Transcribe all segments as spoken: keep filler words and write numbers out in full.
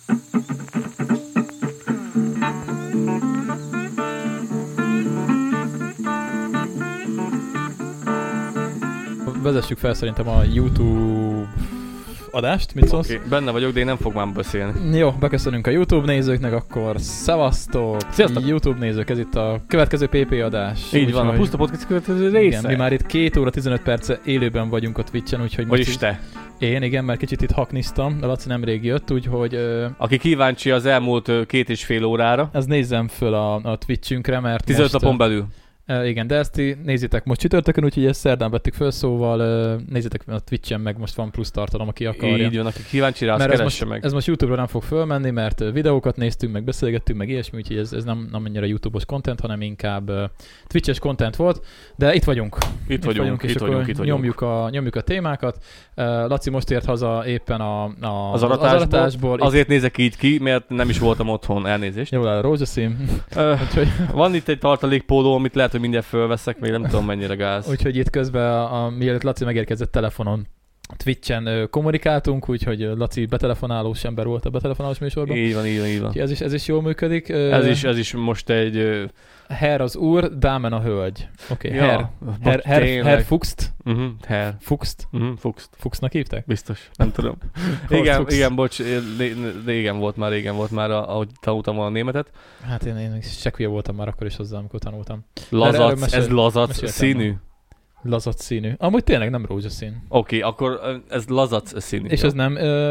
Vezessük fel szerintem a YouTube adást, mit szólsz? Okay, benne vagyok, de én nem fog már beszélni. Jó, beköszönünk a YouTube nézőknek, akkor szevasztok! Sziasztok! YouTube nézők, ez itt a következő pé pé adás. Így úgy, van, hogy... a Puszta Podcast következő része. Igen, mi már itt két óra tizenöt perce élőben vagyunk a Twitchen, úgyhogy... Vagyis te. Én, igen, mert kicsit itt hakniztam, de Laci nemrég jött, úgyhogy... Ö... Aki kíváncsi az elmúlt ö, két és fél órára. Ez nézzem föl a, a Twitchünkre, mert tizenöt most... napon belül. Uh, igen, de ezt nézzétek most csütörtökön, úgyhogy ezt szerdán vettük föl, szóval uh, nézzétek a Twitchen meg, most van plusz tartalom, aki akarja. Így van, aki kíváncsi rá, azt mert ez keresse most, meg. ez most YouTube-ra nem fog fölmenni, mert videókat néztünk, meg beszélgettünk, meg ilyesmi, úgyhogy ez, ez nem, nem annyira YouTube-os content, hanem inkább uh, Twitch-es content volt, de itt vagyunk. Itt, itt vagyunk, vagyunk, és itt akkor vagyunk, itt vagyunk. Nyomjuk a, nyomjuk a témákat. Uh, Laci most ért haza éppen a, a, az aratásból. Az aratásból. Azért itt... nézek így ki, mert nem is voltam otthon, elnézést. Jól áll a rózsaszín. Uh, van itt egy tartalékpóló, amit lehet, hogy mindjárt fölveszek, még nem tudom mennyire gáz. Úgyhogy itt közben, a, a, mielőtt Laci megérkezett telefonon, Twitchen ö, kommunikáltunk, úgyhogy Laci betelefonálós ember volt a betelefonálós műsorban. Így van, így van, így van. Ez is, ez is jól működik. Ez is, ez is most egy... Herr az úr, Dámen a hölgy. Oké, okay, ja, Herr. Herr, Herr, Herr Fuchst. Uh-huh, Herr. Fuchst. Uh-huh, Fuchst. Fuchstnak hívták? Biztos, nem tudom. igen, igen, bocs, régen volt már, régen volt már, ahogy tanultam a németet. Hát én, én sekhülye voltam már akkor is hozzá, amikor tanultam. Lazac, mesél, ez lazac színű? Lazac színű. Amúgy tényleg nem rózsaszín. Oké, okay, akkor ez lazac színű. És ez nem ö,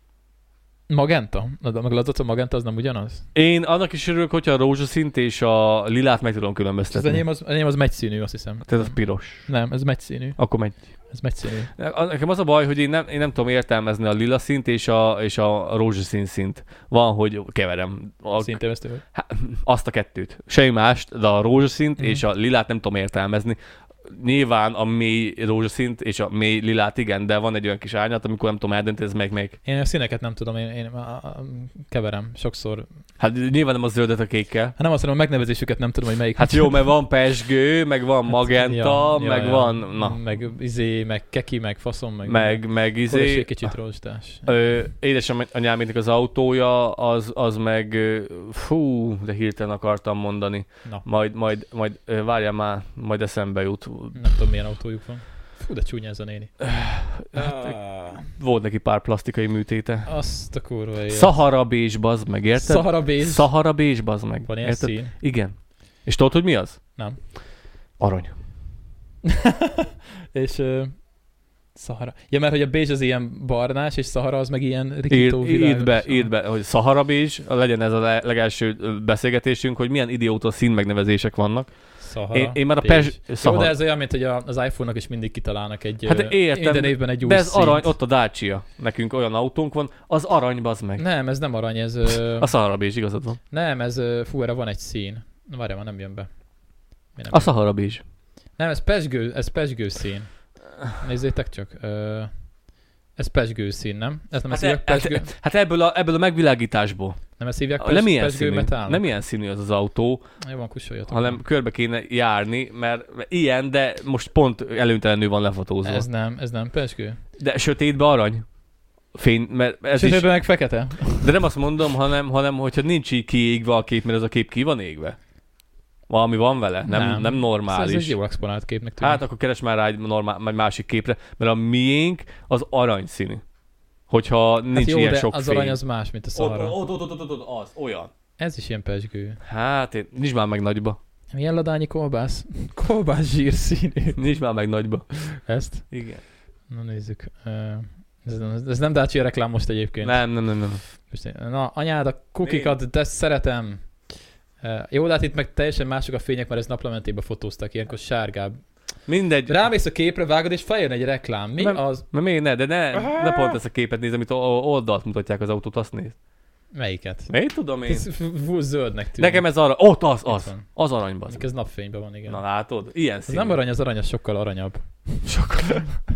magenta? Meg lazac a magenta az nem ugyanaz? Én annak is örülök, hogyha a rózsaszínt és a lilát meg tudom különböztetni. Az enyém az, enyém az megyszínű, azt hiszem. Tehát az piros. Nem, ez megyszínű. Akkor megy. Ez megyszínű. Nekem az a baj, hogy én nem, én nem tudom értelmezni a lila szint és a, és a rózsaszín szint. Van, hogy keverem. A, Színtévesztő vagy? Hát, azt a kettőt. Semmi mást, de a rózsaszint mm. és a lilát nem tudom értelmezni. Nyilván a mély rózsaszint és a mély lilát igen, de van egy olyan kis árnyat, amikor nem tudom eldönteni, ez meg meg. Én a színeket nem tudom, én, én a, a, keverem sokszor. Hát nyilván nem a zöldet a kékkel. Hát nem azt mondom, a megnevezésüket nem tudom, hogy melyik. Hát jó, mert van pesgő, meg van magenta, hát, ja, meg ja, van... Ja. Na. Meg izé, meg keki, meg faszom, meg... Meg, meg izé... egy kicsit rózsdás. Édesanyámének az autója, az, az meg... Fú, de hirtelen akartam mondani. Na. Majd, majd, majd várjál már, majd eszembe jut. Nem tudom, milyen autójuk van. Fú, de csúnya ez a néni. Hát, volt neki pár plastikai műtéte. Azt a kurva élet. Szahara bézs, bazd meg, érted? Szahara bézs? Szahara bézs, bazd meg. Van ilyen érted? szín? Igen. És tudod, hogy mi az? Nem. Arany. És... Uh, Szahara. Ja, mert hogy a bézs az ilyen barnás, és Szahara az meg ilyen rikító világos. Írd be, írd be, hogy Szahara bézs, legyen ez a legelső beszélgetésünk, hogy milyen idióta szín megnevezések vannak. Szahara, én, én már a pezs... Jó, de ez olyan, mint hogy az iPhone-nak is mindig kitalálnak egy... Hát értem, minden évben egy új de ez színt. arany, ott a Dacia. Nekünk olyan autónk van, az arany, bazd meg. Nem, ez nem arany, ez... a Szahara bézs, igazad van. Nem, ez... Fú, erre van egy szín. Na várjál, már nem jön be. Nem a Szahara bézs. Nem, ez pezsgő, ez pezsgő szín. Nézzétek csak. Ö, ez pezsgő szín, nem? Ez nem hát, ezt e, pezsgő... hát, hát ebből, a, ebből a megvilágításból. Nem ezt hívják pezs, nem ilyen pezsgő színű, metál? Nem ilyen színű az az autó. Jó van, kussoljatok. Hanem van. Körbe kéne járni, mert ilyen, de most pont előntelenül van lefotózva. Ez nem, ez nem pezsgő. De sötétbe arany. Fény, mert ez sötétbe is... meg fekete. De nem azt mondom, hanem, hanem hogyha nincs így kiégve a kép, mert ez a kép ki van égve. Valami van vele? Nem, nem. nem normális. Ez egy jól exponált képnek tűnik. Hát akkor keres már rá egy, normál, egy másik képre, mert a miénk az aranyszínű. Hogyha nincs hát jó, ilyen sok az fény. arany az más, mint a Szahara. Ott, ott, ott, ott, ott, ott, az, olyan. Ez is ilyen pezsgő. Hát, én, nincs már meg nagyba. Milyen ladányi kolbász? Kolbász zsírszínű. Nincs már meg nagyba. Ezt? Igen. Na nézzük. Ez, ez nem Dacia reklám most egyébként. Nem, nem, nem. nem. Na, anyád, a kukikat, de szeretem. Uh, jó, de hát itt meg teljesen mások a fények, mert ez naplementébe fotóztak, ilyenkor sárgább. Mindegy. Rámész a képre, vágod, és feljön egy reklám. Mi nem, az? Mert még ne, de ne, ne pont ezt a képet nézd, amit oldalt mutatják az autót, azt nézd. Melyiket? Én tudom én. Ez zöldnek tűnik. Nekem ez arany. Ott az, az. Az aranyban. Ez napfényben van, igen. Na látod? Ilyen színű. Ez nem arany, az arany, az sokkal aranyabb. Sokkal.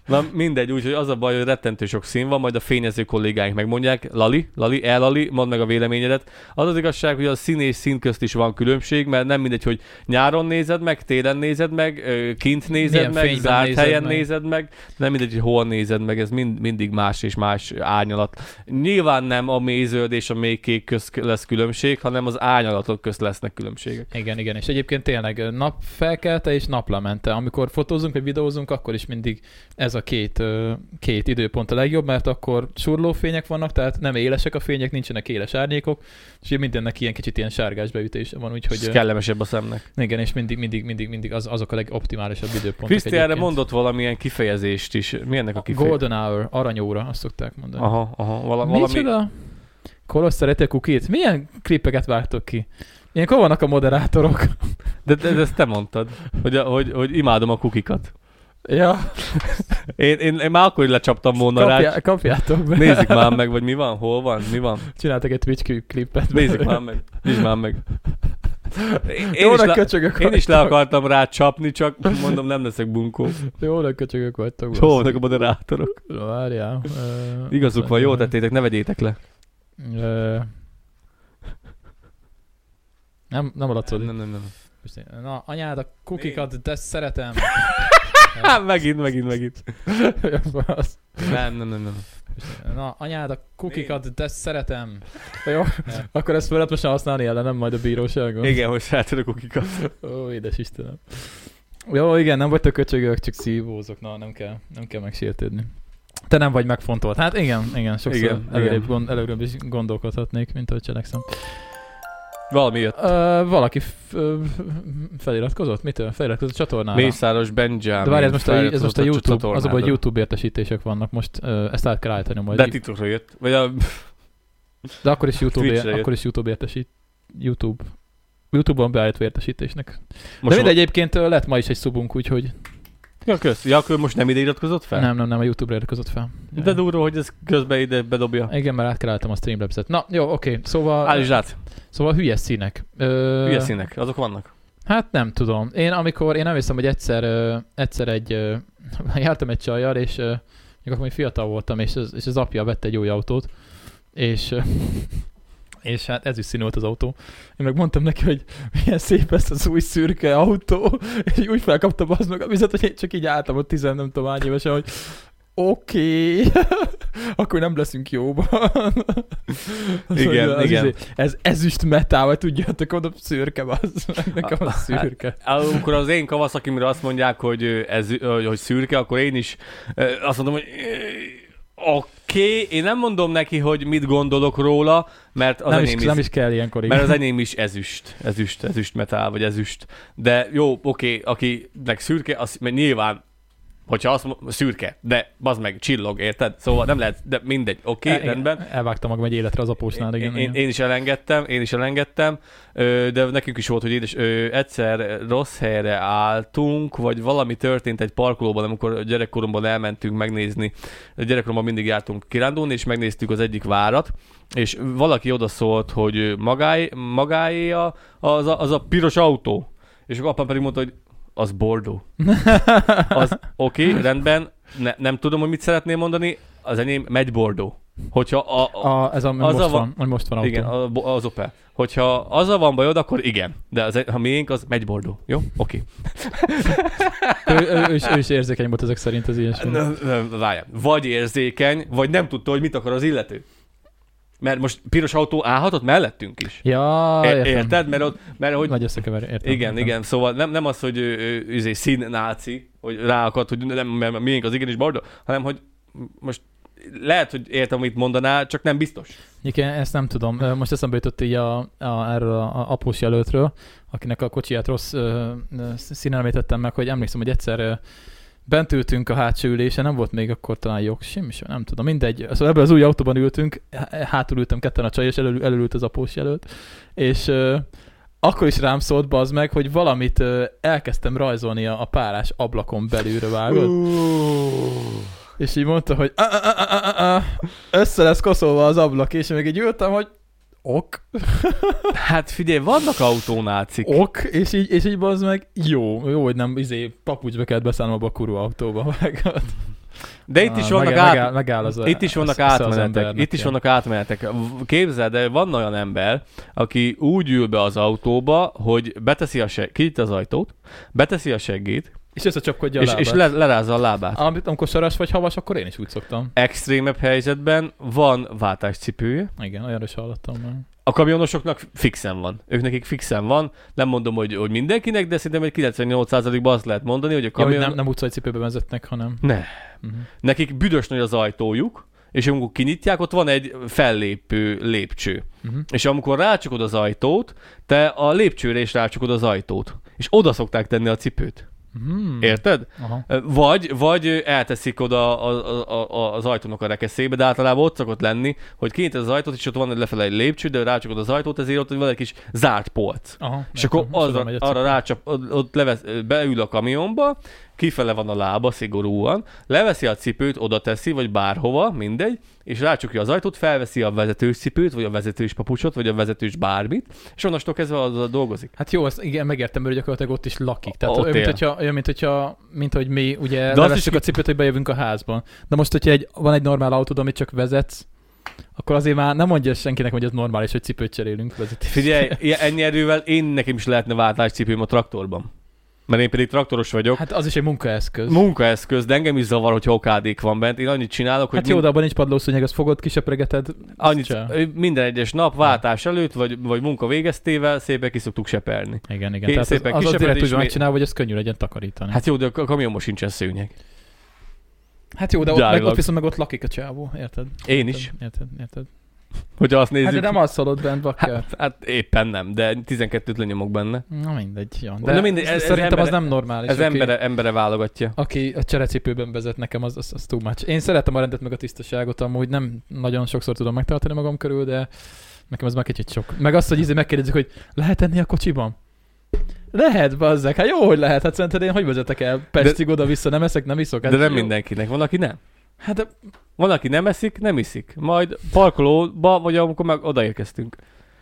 Na mindegy, úgyhogy az a baj, hogy rettentő sok szín van, majd a fényező kollégáink megmondják. Lali, Lali, el Lali, mondd meg a véleményedet. Az az igazság, hogy a szín és szín közt is van különbség, mert nem mindegy, hogy nyáron nézed meg, télen nézed meg, kint nézed Milyen meg, zárt nézed helyen meg. nézed meg, nem mindegy, hogy hol nézed meg, ez mind, mindig más és más árnyalat. Nyilván nem a mély zöld és a mély kék közt lesz különbség, hanem az árnyalatok közt lesznek különbségek. Igen, igen, és egyébként tényleg napfelkelte és naplemente. Amikor fotózunk vagy videózunk, akkor is mindig ez a két, két időpont a legjobb, mert akkor surlófények vannak, tehát nem élesek a fények, nincsenek éles árnyékok, és mindennek ilyen kicsit ilyen sárgás beütése van, úgyhogy... Ez kellemesebb a szemnek. Igen, és mindig, mindig, mindig, mindig az, azok a legoptimálisabb időpontok. Kriszti erre mondott valamilyen kifejezést is. Mi ennek a kifejezés? Golden hour, aranyóra, azt szokták mondani. Aha, aha, vala, valami... Micsoda? Kolosz szereti a kukit? Milyen klippeket vágtok ki? Ilyenkor vannak a moderátorok. De, de, de ezt te mondtad, hogy, hogy, hogy imádom a kukikat. Ja. Én, én, én már akkor is lecsaptam volna Kapjá, rá. Kapjátok be. Nézzük már meg, vagy mi van, hol van, mi van. Csináltak egy Twitch klippet. Nézzük már meg, nézzük már meg. Én, én, Jónak is, le, köcsögök én is le akartam rá csapni, csak mondom, nem leszek bunkó. Jónak köcsögök vagytok. Hol vannak a moderátorok? Várjál. Uh, Igazuk van, jól tettétek, ne vegyétek le. Uh, nem, nem alatszódik. Nem, nem, nem. Na, anyád, a kukikat, de szeretem. megint, megint, megint. nem, nem, nem, nem. Na, anyád, a kukikat, de szeretem. Jó, akkor ezt folyamatosan használni ellenem majd a bíróságon. Igen, hogy szereted a kukikat. Ó, édes Istenem. Jó, igen, nem vagytok köcsögök, csak szívózok. Na, nem kell, nem kell megsértődni. Te nem vagy megfontolt. Hát igen, igen, sokszor igen, előrébb, igen. Gond, előrébb is gondolkodhatnék, mint ahogy cselekszem. Valami jött. Uh, valaki f- feliratkozott? Mitől? Feliratkozott csatornára? Mészáros Benjamin. De várj, ez most a, ez most a YouTube, az a baj, hogy YouTube értesítések vannak most, uh, ezt át kell állítani majd. De titokra jött. Vagy a... De akkor is YouTube, ér, akkor is YouTube értesít. YouTube. YouTube-on beállítva értesítésnek. Most De mind egyébként lett ma is egy szubunk, úgyhogy... Ja, kösz. Ja, akkor most nem ide iratkozott fel? Nem, nem, nem, a YouTube-ra iratkozott fel. De durva, hogy ez közben ide bedobja. Igen, mert át kell állítom a Streamlabs-et. Na, jó, oké. Okay. Szóval... Állítsd át. Szóval hülyes színek. Ö... Hülyes színek, azok vannak. Hát nem tudom. Én amikor, én nem hiszem, hogy egyszer, ö, egyszer egy, ö, jártam egy csajjal, és ö, akkor még fiatal voltam, és az, és az apja vette egy új autót, és... Ö, és hát ez is színű volt az autó. Én meg mondtam neki, hogy milyen szép ez az új szürke autó, és úgy felkaptam az meg a vizet, hogy én csak így álltam ott tizen nem tudom hány évesen, hogy oké, okay. akkor nem leszünk jóban. Igen, az igen. Izé, ez ezüst metál, vagy tudjátok, oda szürke az, nekem az szürke. Amikor az én Kawasaki-mre azt mondják, hogy, ez, hogy szürke, akkor én is azt mondom, hogy oké, okay. Én nem mondom neki, hogy mit gondolok róla, mert az nem enyém is, is, nem is kell ilyenkor. Mert az enyém is ezüst, ezüst, ezüst metál, vagy ezüst. De jó, oké, okay, akinek szürke, az nyilván, hogyha azt mondom, szürke, de bazd meg, csillog, érted? Szóval nem lehet, de mindegy, oké, okay, rendben. Elvágtam magam egy életre az apósnál, igen. Én, én, én is elengedtem, én is elengedtem, de nekünk is volt, hogy édes, egyszer rossz helyre álltunk, vagy valami történt egy parkolóban, amikor gyerekkoromban elmentünk megnézni, gyerekkoromban mindig jártunk kirándulni, és megnéztük az egyik várat, és valaki odaszólt, hogy magáé, magáé a, az, a, az a piros autó. És akkor apám pedig mondta, hogy az Bordeaux. Az oké, okay, rendben, ne, nem tudom, hogy mit szeretném mondani, az enyém megy Bordeaux. Hogyha a, a, a, ez a, az most, a van, van, most van autó. Igen, a, az Opel. Hogyha azzal van bajod, akkor igen. De az, ha miénk, az megy Bordeaux. Jó? Oké. Okay. ő, ő, ő, is, ő is érzékeny volt ezek szerint az ilyesmi. Várjál. Vagy érzékeny, vagy nem tudta, hogy mit akar az illető. Mert most piros autó állhatott mellettünk is. Ja, é- érted? Mert, ott, mert hogy... Nagy összekever, értem. Igen, értem. igen. Szóval nem, nem az, hogy ő, ő, ő színnáci, hogy rá akart, hogy nem, mert miénk az igenis Bordeaux, hanem hogy most lehet, hogy értem, amit mondanál, csak nem biztos. Igen, ezt nem tudom. Most eszembe jutott így a, a, erről a, a após jelöltről, akinek a kocsiját rossz uh, színen említettem meg, hogy emlékszem, hogy egyszer uh, bent ültünk a hátsó ülésen, nem volt még akkor talán jogsim, és nem tudom, mindegy. Szóval ebben az új autóban ültünk, hátul ültem ketten a csaj, és elől, elölült az após jelölt, és uh, akkor is rám szólt, bazd meg, hogy valamit uh, elkezdtem rajzolni a, a párás ablakon belülre, vágod? Uh. És így mondta, hogy a, a, a, a, a, össze lesz koszolva az ablak, és még így ültem, hogy Ok. Hát figyelj, vannak autónácik. Ok, és így, és így bazd meg, jó, jó, hogy nem izé, papucsba kellett beszállnom abba a kurva autóba. De itt is Ah, vannak, megáll, át... megáll, megáll az a, itt is vannak az, az átmenetek. Itt is vannak átmenetek. Képzeld, de van olyan ember, aki úgy ül be az autóba, hogy beteszi a seg... kinyitja az ajtót, beteszi a seggét, és összecsapkodja a és, lábát. és le, lerázza a lábát. Amit, amikor saras vagy havas, akkor én is úgy szoktam. Extrémebb helyzetben van váltáscipője. Igen, olyanra is hallottam már. A kamionosoknak fixen van. Ők nekik fixen van. Nem mondom, hogy, hogy mindenkinek, de szerintem egy kilencvennyolc százalékban azt lehet mondani, hogy a kamion... Ja, hogy nem, nem utcai cipőbe vezetnek, hanem... Ne. Uh-huh. Nekik büdös nagy az ajtójuk, és amikor kinyitják, ott van egy fellépő lépcső. Uh-huh. És amikor rácsukod az ajtót, te a lépcsőre is rácsukod az ajtót. És oda szokták tenni a cipőt. Hmm. Érted? Aha. Vagy, vagy elteszik oda a, a, a, az ajtónak a rekeszébe, de általában ott szokott lenni, hogy kinyited az ajtót, és ott van lefele egy lépcső, de rácsukod az ajtót, ezért ott van egy kis zárt polc. Aha, és akkor azra, arra rácsap, ott levesz, beül a kamionba, kifele van a lába szigorúan, leveszi a cipőt, oda teszi, vagy bárhova, mindegy, és rácsukja az ajtót, felveszi a vezetős cipőt, vagy a vezetős papucsot, vagy a vezetős bármit, és onnastól kezdve az dolgozik. Hát jó, azt igen, megértem, mert gyakorlatilag ott is lakik. Tehát ott olyan, mint hogyha, olyan, mint hogyha, mint hogy mi ugye levesszük a cipőt, hogy bejövünk a házban. De most, hogyha egy, van egy normál autód, amit csak vezetsz, akkor azért már nem mondja senkinek, hogy ez normális, hogy cipőt cserélünk vezetés. Figyelj, ennyi erővel én nekem is lehetne váltáscipőm a traktorban. Mert én pedig traktoros vagyok. Hát az is egy munkaeszköz. Munkaeszköz, de engem is zavar, hogyha okádék van bent. Én annyit csinálok, hogy... Hát jó, mind... de abban nincs padlószúnyeg, azt fogod, kisepregeted. Annyit, minden egyes nap váltás előtt, vagy, vagy munka végeztével szépen ki szoktuk seperni. Igen, igen. Én Tehát szépen az, az direkt úgy van mi... megcsinálva, hogy ez könnyű legyen takarítani. Hát jó, de a kamionban sincsen szőnyeg. Hát jó, de ott, meg, ott viszont meg ott lakik a csávó, érted? Én érted, is. Érted, érted. Hogyha azt nézzük... Hát de nem alszolod bent, bakker. Hát, hát éppen nem, de tizenkettőt lenyomok benne. Na mindegy, ja. De, de mindegy, ez, szerintem ez az nem normális. Ez aki, embere, embere válogatja. Aki a cserecipőben vezet, nekem az, az, az too much. Én szeretem a rendet meg a tisztaságot, amúgy nem nagyon sokszor tudom megtartani magam körül, de nekem az már kicsit sok. Meg azt, hogy izé megkérdezik, hogy lehet enni a kocsiban? Lehet, bazzeg. Hát jó, hogy lehet. Hát szerinted én hogy vezetek el? Pestig oda-vissza, nem eszek, nem iszok. Hát de nem jó. Mindenkinek. Van, aki nem. Hát de... Van, aki nem eszik, nem iszik. Majd parkolóba, vagy amikor meg odaérkeztünk.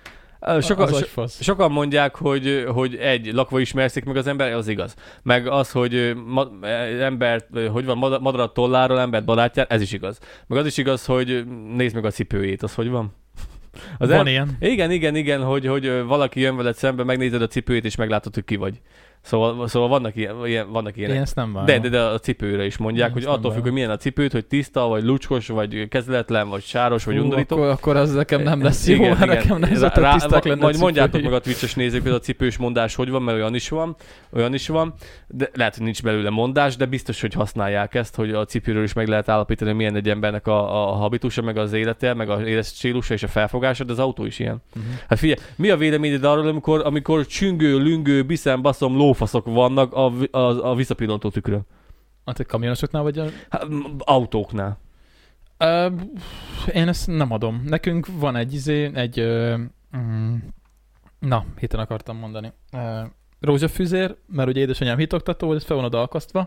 Soka, so, sokan mondják, hogy, hogy egy, lakva ismerszik meg az ember, az igaz. Meg az, hogy ma, embert, hogy van, madarat tolláról embert barátjár, ez is igaz. Meg az is igaz, hogy nézd meg a cipőjét, az hogy van? Az van em- ilyen. Igen, igen, igen, hogy, hogy valaki jön veled szembe, megnézed a cipőjét, és meglátod, hogy ki vagy. Szóval, szóval vannak, ilyen, vannak ilyenek. Én ezt nem várom. De, de, de a cipőre is mondják, Én hogy attól függ, hogy milyen a cipőt, hogy tiszta, vagy lucskos, vagy kezeletlen, vagy sáros, vagy Hú, undorító. Akkor, akkor az nekem nem lesz jó, igen, nekem nem rá, rá, tiszták lenne. majd mondjátok meg a Twitch-es nézők, hogy a cipős mondás hogy van, mert olyan is van, olyan is van. De lehet, hogy nincs belőle mondás, de biztos, hogy használják ezt, hogy a cipőről is meg lehet állapítani, milyen egy embernek a, a habitusa, meg az élete, meg az életstílusa és a felfogása, de az autó is ilyen. Uh-huh. Hát figyelj, mi a véleményed arról, amikor, amikor csüngő, lüngő, biszem, baszom, lófaszok vannak a, a, a visszapillantó tükrön? Hát a kamionosoknál vagy a... Hát, autóknál. Uh, én ezt nem adom. Nekünk van egy izé, egy... Uh, mm, na, héten akartam mondani. Uh, rózsafűzér, mert ugye édesanyám hitoktató, hogy ez fel van oda akasztva.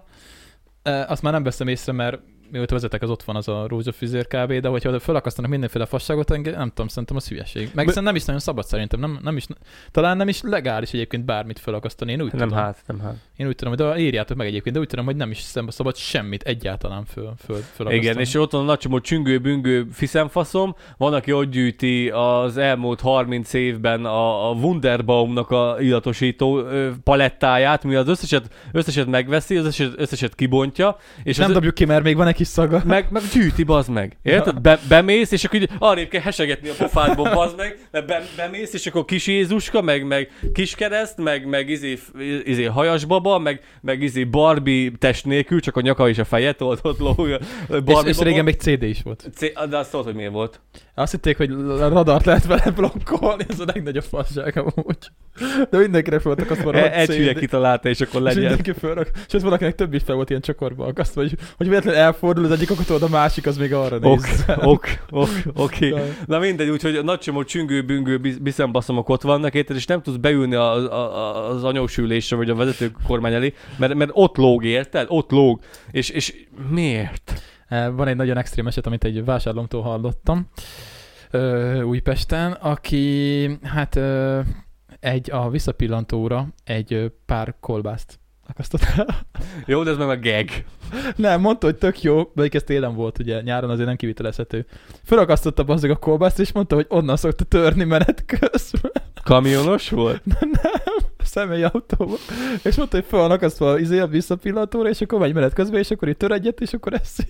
Uh, azt már nem veszem észre, mert mióta vezetek, az ott van az a rózsafűzér kb. De hogyha felakasztanak mindenféle fasságot, engem, nem tudom, szerintem az hülyeség. Meg Be... nem is nagyon szabad szerintem, nem, nem is, talán nem is legális egyébként bármit felakasztani, én úgy nem tudom. Hát, nem hát. Én úgy tudom, de írjátok meg egyébként, de úgy tudom, hogy nem is szabad semmit egyáltalán föl, föl, felakasztani. Igen, és ott van a nagy csomó csüngő-büngő fiszemfaszom, van, aki ott gyűjti az elmúlt harminc évben a, a Wunderbaumnak a illatosító ö, palettáját, mi az összeset, összeset megveszi, az összeset, összeset kibontja. És nem az dobjuk ki, mert még van egy kis szaga. Meg, meg gyűjti, bazd meg. Érted? Be, bemész, és akkor így arrébb kell hesegetni a pofádból, bazd meg, mert be, bemész, és akkor kis Jézuska, meg, meg kiskereszt, meg, meg izé, izé hajasbaba, meg, meg izé Barbie test nélkül, csak a nyaka és a feje, ott, ott lóg. És, és régen még cé dé is volt. C- de azt tudod, hogy miért volt. Azt hitték, hogy a radart lehet vele blokkolni, ez a legnagyobb fasság amúgy. De mindenkire föltek azt mondom, Egy hülye kitalálta, és akkor legyen. És mindenki fölrak. És ez valakinek több is fel volt ilyen csokorba akasztva, hogy, hogy véletlenül elfordul az egyik akutól, a másik az még arra néz. Ok, ok, ok, oké. Okay. Na mindegy, úgyhogy nagy csomó csüngő-büngő biszembaszomok ott vannak, érted, és nem tudsz beülni az, az anyósülésre, vagy a vezetőkormány elé, mert, mert ott lóg, érted? Ott lóg. És, és miért? Van egy nagyon extrém eset, amit egy vásárlómtól hallottam. ö, Újpesten, aki hát ö, egy a visszapillantóra egy ö, pár kolbászt akasztott el. Jó, de ez meg a gag. Nem, mondta, hogy tök jó, de ez télen volt, ugye, nyáron azért nem kivitelezhető. Felakasztotta bazzeg a kolbászt, és mondta, hogy onnan szokta törni menet közben. Kamionos volt? Nem, személyi autóban. És mondta, hogy fel van akasztva az izé a visszapillantóra, és akkor megy menet közben, és akkor itt tör egyet, és akkor eszi.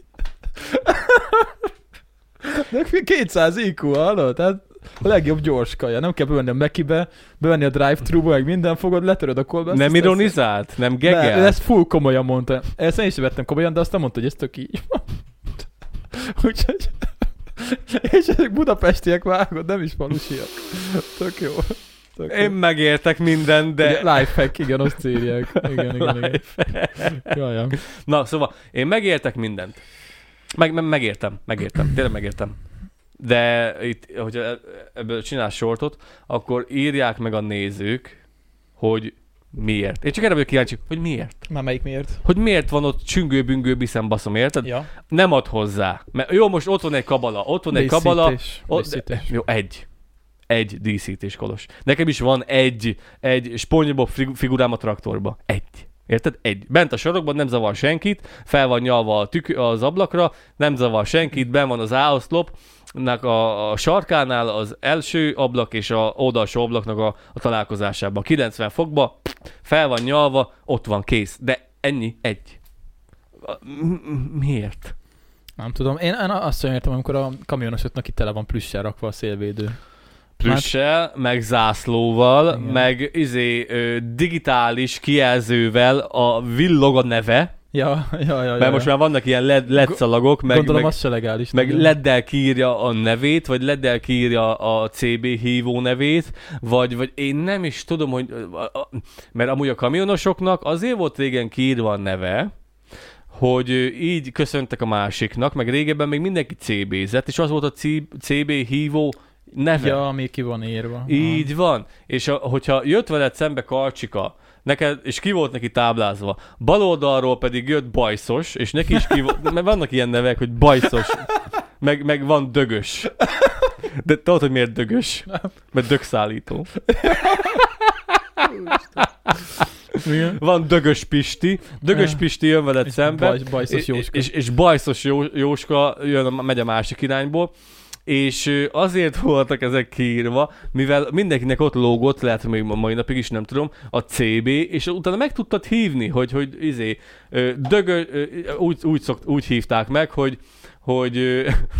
De kétszáz í kú, hallod? Tehát a legjobb gyors kaja. Nem kell bevenni a Mekibe, bevenni a drive-thru-ba, meg minden fogod, letöröd a kolbászt. Nem ironizált? Ezt... Nem gegel? Ne, ezt full komolyan mondta. Ezt én is vettem komolyan, de aztán mondta, hogy ez tök így van. Úgyhogy... És ezek budapestiek vágod, nem is falusiak. Tök jó. Tök én jó. Megértek mindent, de... Lifehack, igen, azt írják. Igen, igen, igen. Jajjá. Na, szóval én megértek mindent. Meg, meg, megértem, megértem, tényleg megértem. De itt, hogyha ebből csinálsz sortot, akkor írják meg a nézők, hogy miért. Én csak erre vagyok kíváncsi, hogy miért. Már melyik miért? Hogy miért van ott csüngő-büngő biszem baszom, érted? Ja. Nem ad hozzá. Mert jó, most ott van egy kabala, ott van egy kabala. Ott, jó, egy. Egy díszítés, Kolos. Nekem is van egy, egy SpongeBob figurám a traktorba. Egy. Érted? Egy. Bent a sarokban nem zavar senkit, fel van nyalva a tük- az ablakra, nem zavar senkit, benn van az áoszlopnak a, a sarkánál az első ablak és a oldalsó ablaknak a, a találkozásában. kilencven fokba, fel van nyalva, ott van, kész. De ennyi, egy. Miért? Nem tudom. Én, én azt sem értem, amikor a kamionosoknak itt tele van plüssel rakva a szélvédő. Plüssel, meg zászlóval, igen. Meg izé, ö, digitális kijelzővel a villog a neve. Ja, ja, ja. Mert ja, most ja. már vannak ilyen led, led szalagok, meg, gondolom meg, az se legális. meg nagyon. leddel kiírja a nevét, vagy leddel kiírja a cé bé hívó nevét, vagy, vagy én nem is tudom, hogy... Mert amúgy a kamionosoknak azért volt régen kiírva a neve, hogy így köszöntek a másiknak, meg régebben még mindenki cé bézett, és az volt a cé bé hívó neve. Ja, ami ki van írva. Így ha. van. És a, hogyha jött veled szembe Karcsika, neked, és ki volt neki táblázva, bal oldalról pedig jött Bajszos, és neki is ki volt, mert vannak ilyen nevek, hogy Bajszos, meg, meg van Dögös. De tudod, hogy miért Dögös? Mert dögszállító. Van Dögös Pisti, Dögös Pisti jön veled szembe, Baj, bajszos Jóska. és, és Bajszos Jó, Jóska jön, megy a másik irányból, és azért voltak ezek kiírva, mivel mindenkinek ott lógott, lehet, hogy még mai napig is nem tudom, a cé bé, és utána meg tudtad hívni, hogy, hogy izé, dögö, úgy, úgy, szokt, úgy hívták meg, hogy, hogy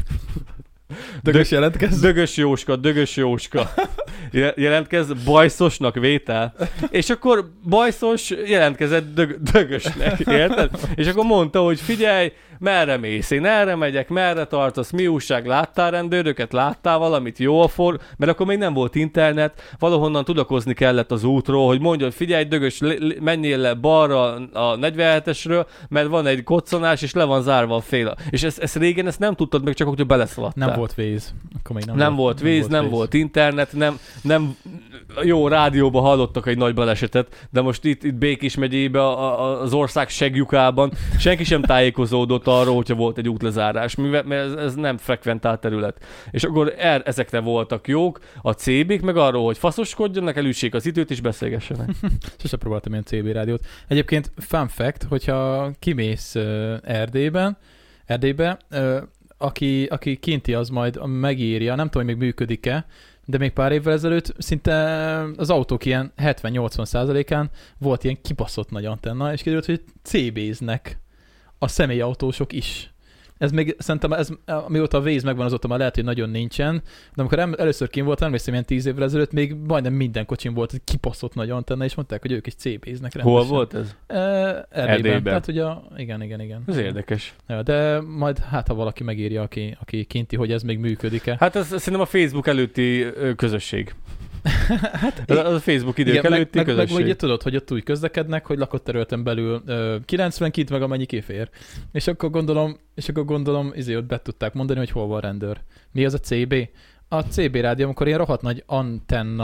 Dögös jelentkezz. Dögös Jóska, Dögös Jóska. Jelentkezz Bajszosnak vétel. És akkor Bajszos jelentkezett dög- Dögösnek, érted? És akkor mondta, hogy figyelj, merre mész? Én erre megyek, merre tartasz? Mi újság? Láttál rendőröket? Láttál valamit? Jó a for... Mert akkor még nem volt internet, valahonnan tudakozni kellett az útról, hogy mondja, hogy figyelj, Dögös, le- menjél le balra a negyvenhetesről, mert van egy koccanás, és le van zárva a fél. És ezt, ezt régen ezt nem tudtad meg, csak hogy beleszaladtál. Nem volt víz. Akkor még nem, nem volt, volt víz, nem, nem volt internet, nem, nem, jó, rádióban hallottak egy nagy balesetet, de most itt, itt Békés megyébe a, a, az ország seglyukában senki sem tájékozódott arról, hogyha volt egy útlezárás, mert ez, ez nem frekventált terület. És akkor er, ezekre voltak jók, a cé bék meg arról, hogy faszoskodjanak, elüssék az időt és beszélgessenek. Sose próbáltam ilyen cé bé rádiót. Egyébként fun fact, hogyha kimész uh, Erdélyben, Erdélybe, uh, aki, aki kinti, az majd megírja, nem tudom, hogy még működik-e, de még pár évvel ezelőtt szinte az autók ilyen hetven-nyolcvan százalékán volt ilyen kibaszott nagy antenna, és kiderült, hogy cé béznek a személyautósok is. Ez még szerintem, ez, amióta a Waze megvan, azóta már lehet, hogy nagyon nincsen, de amikor el, először kint voltam, emlékszem, ilyen tíz évvel ezelőtt, még majdnem minden kocsin volt egy kibaszott nagy antenna, és mondták, hogy ők is cé béznek rendesen. Hol volt ez? E, Erdélyben. Erdélyben. Tehát ugye, igen, igen, igen. Ez érdekes. Ja, de majd hát, ha valaki megírja, aki, aki kinti, hogy ez még működik-e. Hát ez szerintem a Facebook előtti közösség. hát, az a Facebook idők igen, előtti meg, közösség. Meg, meg ugye tudod, hogy ott úgy közlekednek, hogy lakott területen belül ö, kilencven kint, meg amennyi kifér. És akkor gondolom, és akkor gondolom, izé ott be tudták mondani, hogy hol van rendőr. Mi az a cé bé? A cé bé rádió, amikor ilyen rohadt nagy antenna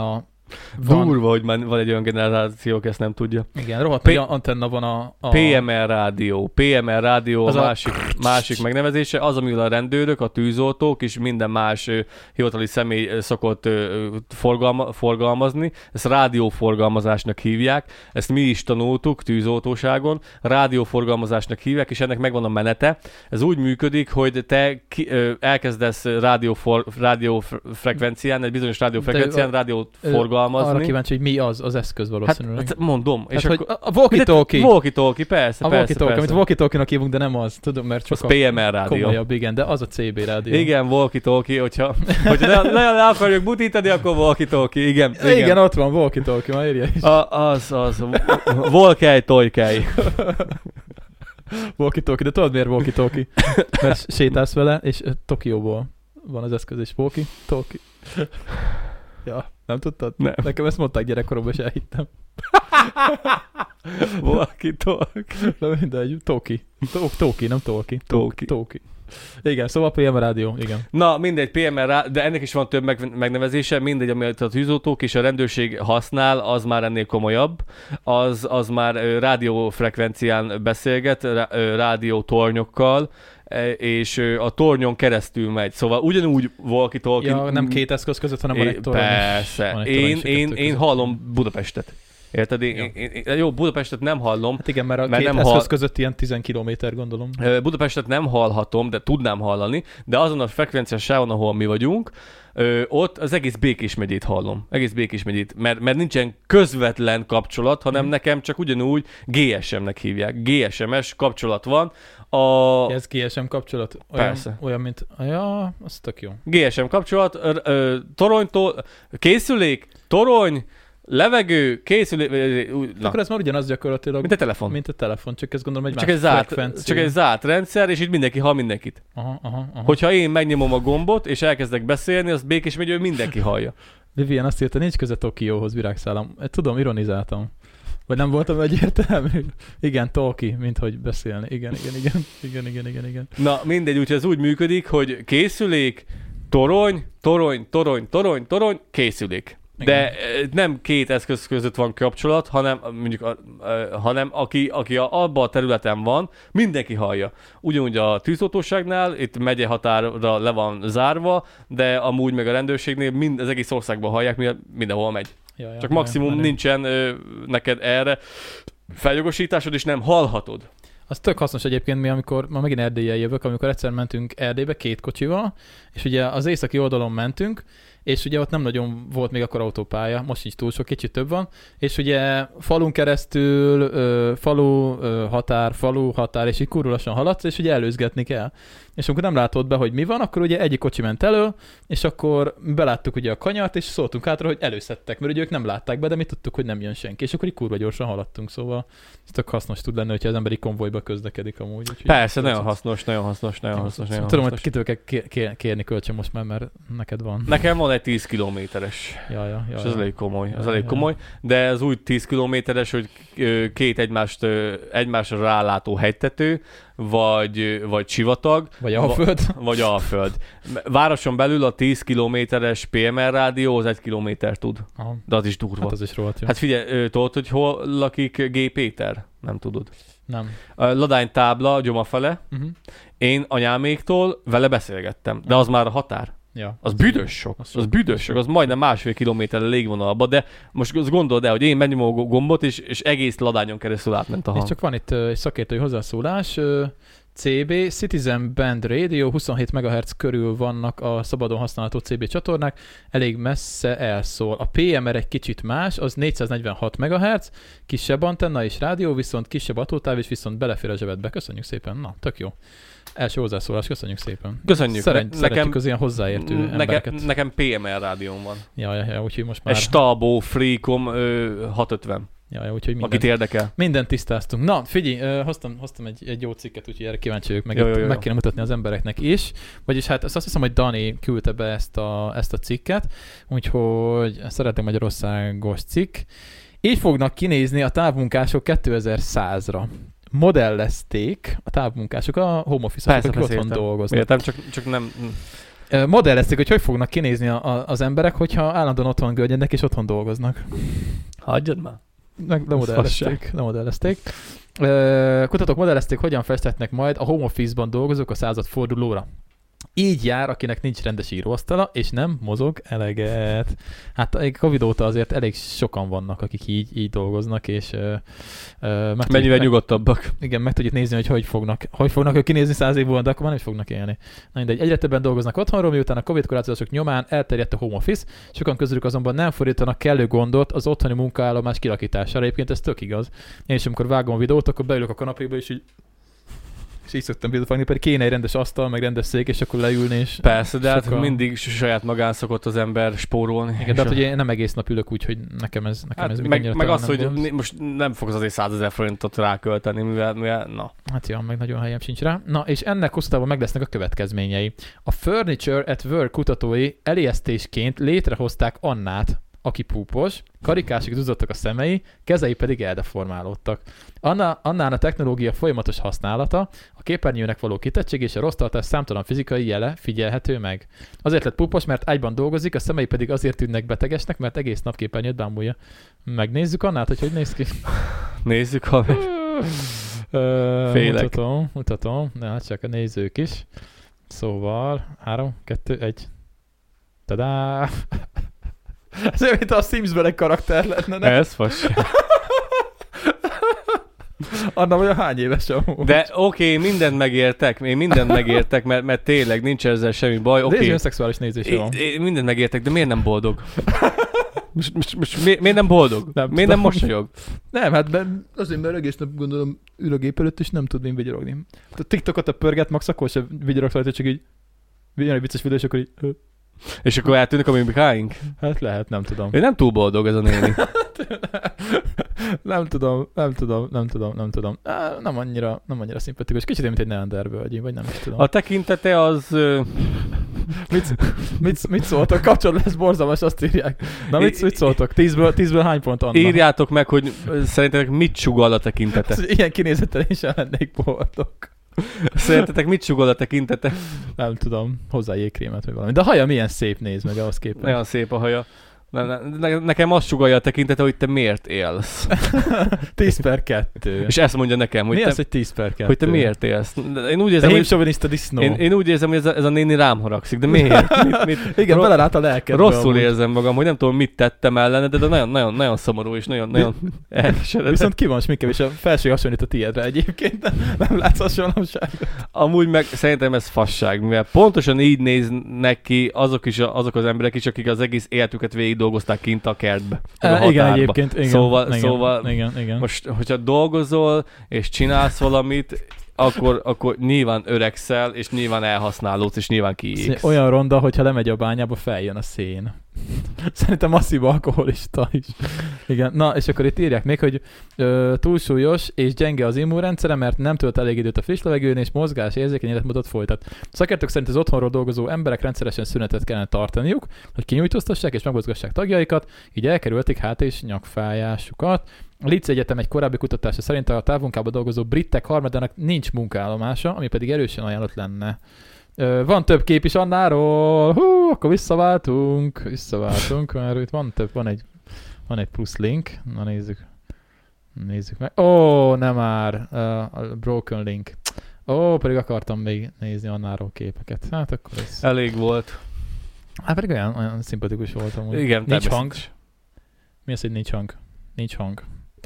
Van. Durva, hogy már van egy olyan generáció, aki ezt nem tudja. Igen, rohadt P- nagy antenna van a... a... pé em er rádió. pé em er rádió Az a a- másik, másik megnevezése, az, amivel a rendőrök, a tűzoltók és minden más ö, hivatali személy ö, szokott ö, forgalma, forgalmazni. Ezt rádióforgalmazásnak hívják. Ezt mi is tanultuk tűzoltóságon. Rádióforgalmazásnak hívják, és ennek megvan a menete. Ez úgy működik, hogy te ki, ö, elkezdesz rádiófor, rádiófrekvencián, egy bizonyos rádiófrekvencián De, rádiót ö, forgalmazni. Arra kíváncsi, hogy mi az az eszköz valószínűleg. Hát, hát mondom. Hát, és hogy akkor, a walkie-talkie. Walkie-talkie, persze, A persze, walkie-talkie, persze. amit walkie-talkie-nak hívunk, de nem az, tudom, mert Az csak pé em er rádió. komolyabb, igen, de az a cé bé rádió. Igen, walkie-talkie, hogyha, hogyha le, le, le akarjuk butítani, akkor walkie-talkie, igen. Igen, igen ott van, walkie-talkie, már írja is. A, az, az, volkej, tojkej. Walkie-talkie, de tudod miért walkie-talkie? Mert sétálsz vele, és ö, Tokióból van az eszköz, és walkie-talkie. Ja, nem tudtad? Nem. Nekem ezt mondták gyerekkoromban, és elhittem. Walkie-talkie. De mindegy, Toki. To- Toki, nem Tolki. Toki. Toki. Igen, szóval pé em rádió, igen. Na, mindegy, pé em er, rá, de ennek is van több meg, megnevezése, mindegy, amit a tűzoltók és a rendőrség használ, az már ennél komolyabb. Az, az már ö, rádiófrekvencián beszélget, rá, ö, rádiótornyokkal, e, és ö, a tornyon keresztül megy. Szóval ugyanúgy walkie-talkie... Ja, nem két eszköz között, hanem van egy torony. Persze. Van egy torony Én, is a én, kettő én között. hallom Budapestet. Érted? Én, Ja. én, én, jó, Budapestet nem hallom. Hát igen, mert a Mert két nem eszköz hall- között ilyen tíz kilométer, gondolom. Ö, Budapestet nem hallhatom, de tudnám hallani, de azon a frekvenciás sávon, ahol mi vagyunk, ö, ott az egész Békés megyét hallom. Egész Békés megyét, mert, mert nincsen közvetlen kapcsolat, hanem Mhm. nekem csak ugyanúgy gé es em-nek hívják. gé es em-es kapcsolat van. A Ez gé es em kapcsolat? Olyan, Persze. Olyan, mint... Ja, az tök jó. gé es em kapcsolat, ö, ö, toronytól, készülék, torony, levegő, készülék, ö, úgy- na, Akkor ez már ugyanaz gyakorlatilag, mint a telefon. mint a telefon, csak ez gondolom egy Csak más egy, zárt, frekvencia. csak egy zárt rendszer, és itt mindenki hall mindenkit. Aha, aha, aha. Hogyha én megnyomom a gombot, és elkezdek beszélni, azt Békés megyő mindenki hallja. Vivian azt írta, nincs köze Tokióhoz, virágszálam. Tudom, ironizáltam. Vagy nem voltam egyértelmű? Igen, talkie, mint hogy beszélni. Igen, igen, igen, igen, igen, igen, igen. Na mindegy, úgyhogy ez úgy működik, hogy készülék, torony, torony, torony, torony, torony, készülék. De eh, nem két eszköz között van kapcsolat, hanem mondjuk, a, a, hanem aki, aki a, abban a területen van, mindenki hallja. Ugyanúgy a tűzoltóságnál, itt megye határra le van zárva, de amúgy meg a rendőrségnél mind, az egész országban hallják, mivel mindenhol megy. Ja, ja, Csak ja, maximum ja, nincsen ö, neked erre feljogosításod, és nem hallhatod. Az tök hasznos egyébként, mi amikor, ma megint Erdélyen jövök, amikor egyszer mentünk Erdélybe két kocsival, és ugye az északi oldalon mentünk, és ugye ott nem nagyon volt még akkor autópálya, most sincs túl sok, kicsit több van, és ugye falun keresztül, ö, falu, ö, határ, falu, határ, és így kurulasan haladsz, és ugye előzgetni kell. És amikor nem látod be, hogy mi van, akkor ugye egyik kocsi ment elő, és akkor beláttuk ugye a kanyart, és szóltunk hátra, hogy előszedtek, mert ugye ők nem látták be, de mi tudtuk, hogy nem jön senki, és akkor így kurva gyorsan haladtunk, szóval ez tök hasznos tud lenni, hogyha az emberi konvojba közlekedik amúgy. Úgyhogy Persze, tudsz- nagyon hasznos, nagyon hasznos, nagyon hasznos, nagyon Tudom, hogy hasznos. kitől kell ké- ké- kérni kölcsön most már, mert neked van. Nekem van egy tíz kilométeres, Ja, ja, ja, és ja. ez elég komoly, az Ja, elég ja. komoly, de az úgy tíz kilométeres, hogy ö, két egymást, ö, egymásra rálátó hegytető, vagy, vagy sivatag, Vagy Alföld. vagy Alföld. Városon belül a tíz kilométeres pé em er rádió az egy kilométer tud, Aha. de az is durva. Hát az is rohadt jó. Hát figyelj, ö, tudod, hogy hol lakik G. Péter? Nem tudod. Nem. A Ladány tábla, Gyoma fele. Uh-huh. Én anyáméktól vele beszélgettem, de az már a határ. Ja. Az büdös sok, az az sok. büdös sok, az majdnem másfél kilométerre légvonalba, de most azt gondold el, hogy én megnyomom a gombot, és, és egész Ladányon keresztül átment a És hang. csak van itt uh, egy szakértői hozzászólás. Uh, cé bé, Citizen Band Radio, huszonhét megahertz körül vannak a szabadon használható cé bé csatornák, elég messze elszól. A pé em er egy kicsit más, az négyszáznegyvenhat megahertz, kisebb antenna és rádió, viszont kisebb hatótáv, és viszont belefér a zsebedbe. Köszönjük szépen, na, tök jó. Első hozzászólás, köszönjük szépen. Köszönjük. Szeret, Ne- szeretjük nekem, az ilyen hozzáértő nekem, embereket. nekem pé em er rádióm van. Ja, ja, ja, úgyhogy most már... Egy Stabó Freecom ö, hatszázötven, Ja, ja, úgyhogy minden, akit érdekel. mindent tisztáztunk. Na, figyelj, uh, hoztam, hoztam egy, egy jó cikket, úgyhogy erre kíváncsi vagyok, meg, Jó, jó, jó. meg kéne mutatni az embereknek is. Vagyis hát azt, azt hiszem, hogy Dani küldte be ezt a, ezt a cikket, úgyhogy szeretem Magyarországos cikk. Így fognak kinézni a távmunkások kétezer-százra. Modellezték a távmunkások, a home office-osok, Persze, akik persze, otthon értem. dolgoznak. Értem, csak, csak nem... Modellezték, hogy hogy fognak kinézni a, a, az emberek, hogyha állandóan otthon görgyennek és otthon dolgoznak. Hagyjad már. Meg lemodellezték. lemodellezték. Kutatók modellezték, hogyan festetnek majd a home office-ban dolgozók a századfordulóra. Így jár, akinek nincs rendes íróasztala, és nem mozog eleget. Hát a Covid óta azért elég sokan vannak, akik így, így dolgoznak, és ö, ö, meg mennyivel nyugodtabbak. Igen, meg tudjuk nézni, hogy hogy fognak, hogy fognak ők kinézni száz év múlva, de akkor már nem is fognak élni. Na mindegy, egyre többen dolgoznak otthonról, miután a Covid korlátozások nyomán elterjedt a home office, sokan közülük azonban nem fordítanak kellő gondot az otthoni munkaállomás kilakítására. Egyébként ez tök igaz. Én is, amikor vágom a videót, akkor beülök a kanapéba, és így és így szoktam videót vágni, pedig kéne egy rendes asztal, meg rendes szék, és akkor leülni, és... Persze, de hát sokkal... mindig saját magán szokott az ember spórolni. Igen, de hát ugye én nem egész nap ülök úgy, hogy nekem ez, nekem hát ez meg, meg az, hogy volt. most nem fogsz azért százezer forintot rákölteni, mivel, mivel, na. Hát ja, meg nagyon helyem sincs rá. Na, és ennek hosszú távon meg lesznek a következményei. A Furniture at Work kutatói elijesztésként létrehozták Annát, aki púpos, karikásig duzzadtak a szemei, kezei pedig eldeformálódtak. Anna, annán a technológia folyamatos használata, a képernyőnek való kitettség és a rossz tartás számtalan fizikai jele figyelhető meg. Azért lett púpos, mert ágyban dolgozik, a szemei pedig azért tűnnek betegesnek, mert egész nap képernyőt bámulja. Megnézzük Annát, hogy hogy néz ki. Nézzük, ha Félek. Mutatom, mutatom, de hát csak a nézők is. Szóval, három, kettő, egy. Tadá! Ez olyan, mint a Sims-ben egy karakter lenne, nem? Ez fasság. Anna vagy a hány éves amúgy? De oké, okay, mindent megértek, én mindent megértek, mert, mert tényleg nincs ezzel semmi baj. Okay. Okay. De szexuális nézése van. Én mindent megértek, de miért nem boldog? Most, most, most mi, miért nem boldog? Nem miért nem mosolyog? Nem, hát de azért, mert egész nap gondolom ül a gép előtt, és nem tud én vigyorogni. A TikTokot a pörget, max akkor se vigyorogsz rajta, csak így vigyorog egy vicces videó, és akkor így... És akkor eltűnnek a mimikáink? Hát lehet, nem tudom. Ő nem túl boldog ez a néni. nem tudom, nem tudom, nem tudom, nem tudom. Nem annyira, nem annyira szimpatikus. Kicsit mint egy neanderbölgyi, vagy nem is tudom. A tekintete az... mit, mit, mit szóltok? Kapcsolat lesz borzalmas, azt írják. Na mit, mit szóltok? Tízből, tízből hány pont Anna? Írjátok meg, hogy szerintetek mit sugall a tekintete. Ilyen kinézettel én sem lennék boldog. Szerintetek mit sugall a tekintete? Nem tudom, hozzá jégkrémet vagy valami. De a haja milyen szép néz meg ahhoz képest. Nagyon szép a haja. Ne, ne, nekem azt sugallja a tekintete, hogy te miért élsz. tíz per kettő. És ezt mondja nekem, hogy mi te, az, hogy tíz per kettő? Hogy te miért élsz. Én úgy érzem, hogy, én, én úgy érzem, hogy ez a, ez a néni rám haragszik, de miért? Mit, mit? Igen, Ro- belerát a lelkedbe. Rosszul amúgy. érzem magam, hogy nem tudom, mit tettem ellene, de, de nagyon, nagyon, nagyon szomorú és nagyon, nagyon elkeseredett. Viszont ki van sminkem, és a felső hasonlít a tiédre egyébként, nem, nem látsz hasonlóságot. Amúgy meg szerintem ez fasság, mivel pontosan így néznek ki azok, is, azok az emberek is, akik az egész életüket végig dolgozták kint a kertbe. E, igen, egyébként. Igen, szóval igen, szóval igen, igen. most, hogyha dolgozol és csinálsz valamit, akkor, akkor nyilván öregszel, és nyilván elhasználódsz, és nyilván kiégsz. Olyan ronda, hogyha lemegy a bányába, feljön a szén. Szerintem masszív alkoholista is. Igen. Na, és akkor itt írják még, hogy ö, túlsúlyos és gyenge az immunrendszere, mert nem tölt elég időt a friss levegőn, és mozgás érzékeny életmódot folytat. Szakértők szerint az otthonról dolgozó emberek rendszeresen szünetet kellene tartaniuk, hogy kinyújtóztassák és megmozgassák tagjaikat, így elkerülték hát és nyakfájásukat. A Leeds Egyetem egy korábbi kutatása szerint a távmunkában dolgozó britek harmadának nincs munkaállomása, ami pedig erősen ajánlott lenne. Ö, van több kép is Annáról, hú, akkor visszaváltunk, visszaváltunk, mert itt van több, van egy, van egy plusz link, na nézzük, nézzük meg. Ó, nem már, uh, a broken link. Ó, pedig akartam még nézni Annáról képeket, hát akkor ez... Elég volt. Hát pedig olyan, olyan szimpatikus voltam. Úgy. Igen, nincs hang. Mi az, hogy nincs hang? Nincs hang.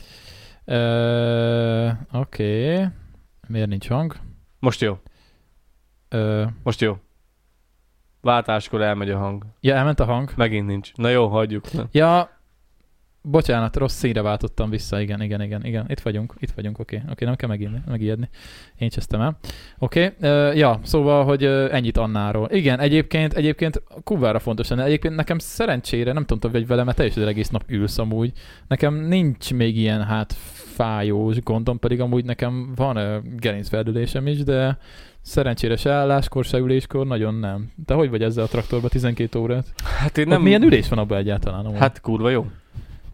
Uh, Oké, okay. Miért nincs hang? Most jó. Uh, Most jó. Váltáskor elmegy a hang. Ja, elment a hang? Megint nincs. Na jó, hagyjuk. Na. Ja, bocsánat, rossz színre váltottam vissza, igen, igen, igen, igen. Itt vagyunk, itt vagyunk, oké, okay. oké, okay, nem kell megijedni, megijedni. Én csesztem el. Oké, okay. uh, ja, szóval, hogy uh, ennyit Annáról. Igen, egyébként, egyébként kurvára fontos lenne. Egyébként nekem szerencsére, nem tudom, hogy velem, mert teljesen egész nap ülsz amúgy. Nekem nincs még ilyen hát fájós gondom, pedig amúgy nekem van uh, gerincfeldülésem is, de szerencsére se álláskor, se üléskor nagyon nem. Te hogy vagy ezzel a traktorba tizenkét órát? Hát én nem... Ott milyen ülés van abban egyáltalán? Amúgy? Hát kurva jó.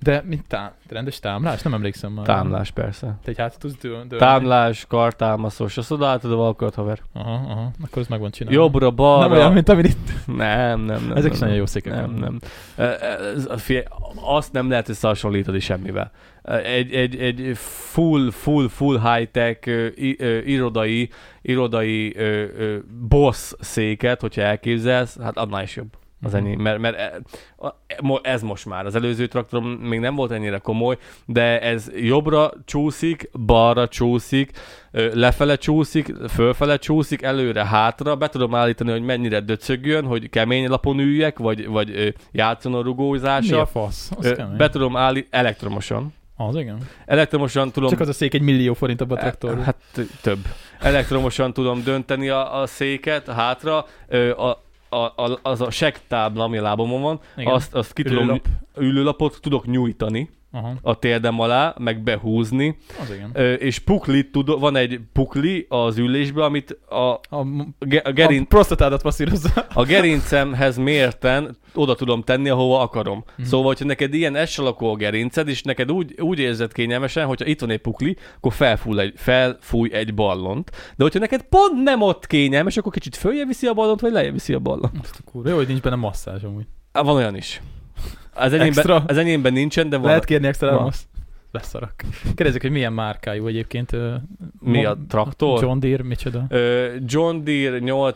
De mint tá- rendes támlás? Nem emlékszem már. Támlás, persze. Te egy hátra tudsz dől- dőlni? Támlás, kartámaszos, azt odaálltad a valkart, haver. Aha, aha. Akkor ez meg van csinálva. Jobbra, balra. Nem olyan, mint amit itt. Nem, nem, nem. Ezek nem, is nagyon jó székek. Nem, nem. Ez, figyelj, azt nem lehet összehasonlítani semmivel. Egy, egy, egy full, full, full high-tech ö, ö, irodai, irodai ö, ö, boss széket, hogyha elképzelsz, hát annál is jobb az enyém, mert, mert ez most már, az előző traktorom még nem volt ennyire komoly, de ez jobbra csúszik, balra csúszik, lefele csúszik, fölfele csúszik, előre, hátra, be tudom állítani, hogy mennyire döcögjön, hogy kemény lapon üljek, vagy, vagy játszon a rugózása. Mi a fasz? Be tudom állítani elektromosan. Az igen. Elektromosan tudom... Csak az a szék egy millió forint abban a traktorban. Hát több. Elektromosan tudom dönteni a, a széket hátra, a A, a, az a segtábla, ami a lábamon van, igen. azt, azt ki tudom, Ülőlap. ülőlapot tudok nyújtani. Aha. A térdem alá, meg behúzni. Az igen. Ö, és puklit tud, van egy pukli az ülésben, amit a, a, a, gerin, a prostatádat masszírozza. A gerincemhez mérten oda tudom tenni, ahova akarom. Mm. Szóval, hogyha neked ilyen S alakú a gerinced, és neked úgy, úgy érzed kényelmesen, hogyha itt van egy pukli, akkor felfúj egy, felfúj egy ballont. De hogyha neked pont nem ott kényelmes, akkor kicsit följebb viszi a ballont, vagy lejjebb viszi a ballont. Azt a kurva. Jó, hogy nincs benne masszázs amúgy. Van olyan is. Az enyémben, az enyémben nincsen, de van. Lehet kérni extra massz. Leszarak. Kérdezzük, hogy milyen márkájú egyébként. Mi a traktor? John Deere, micsoda? Uh, John Deere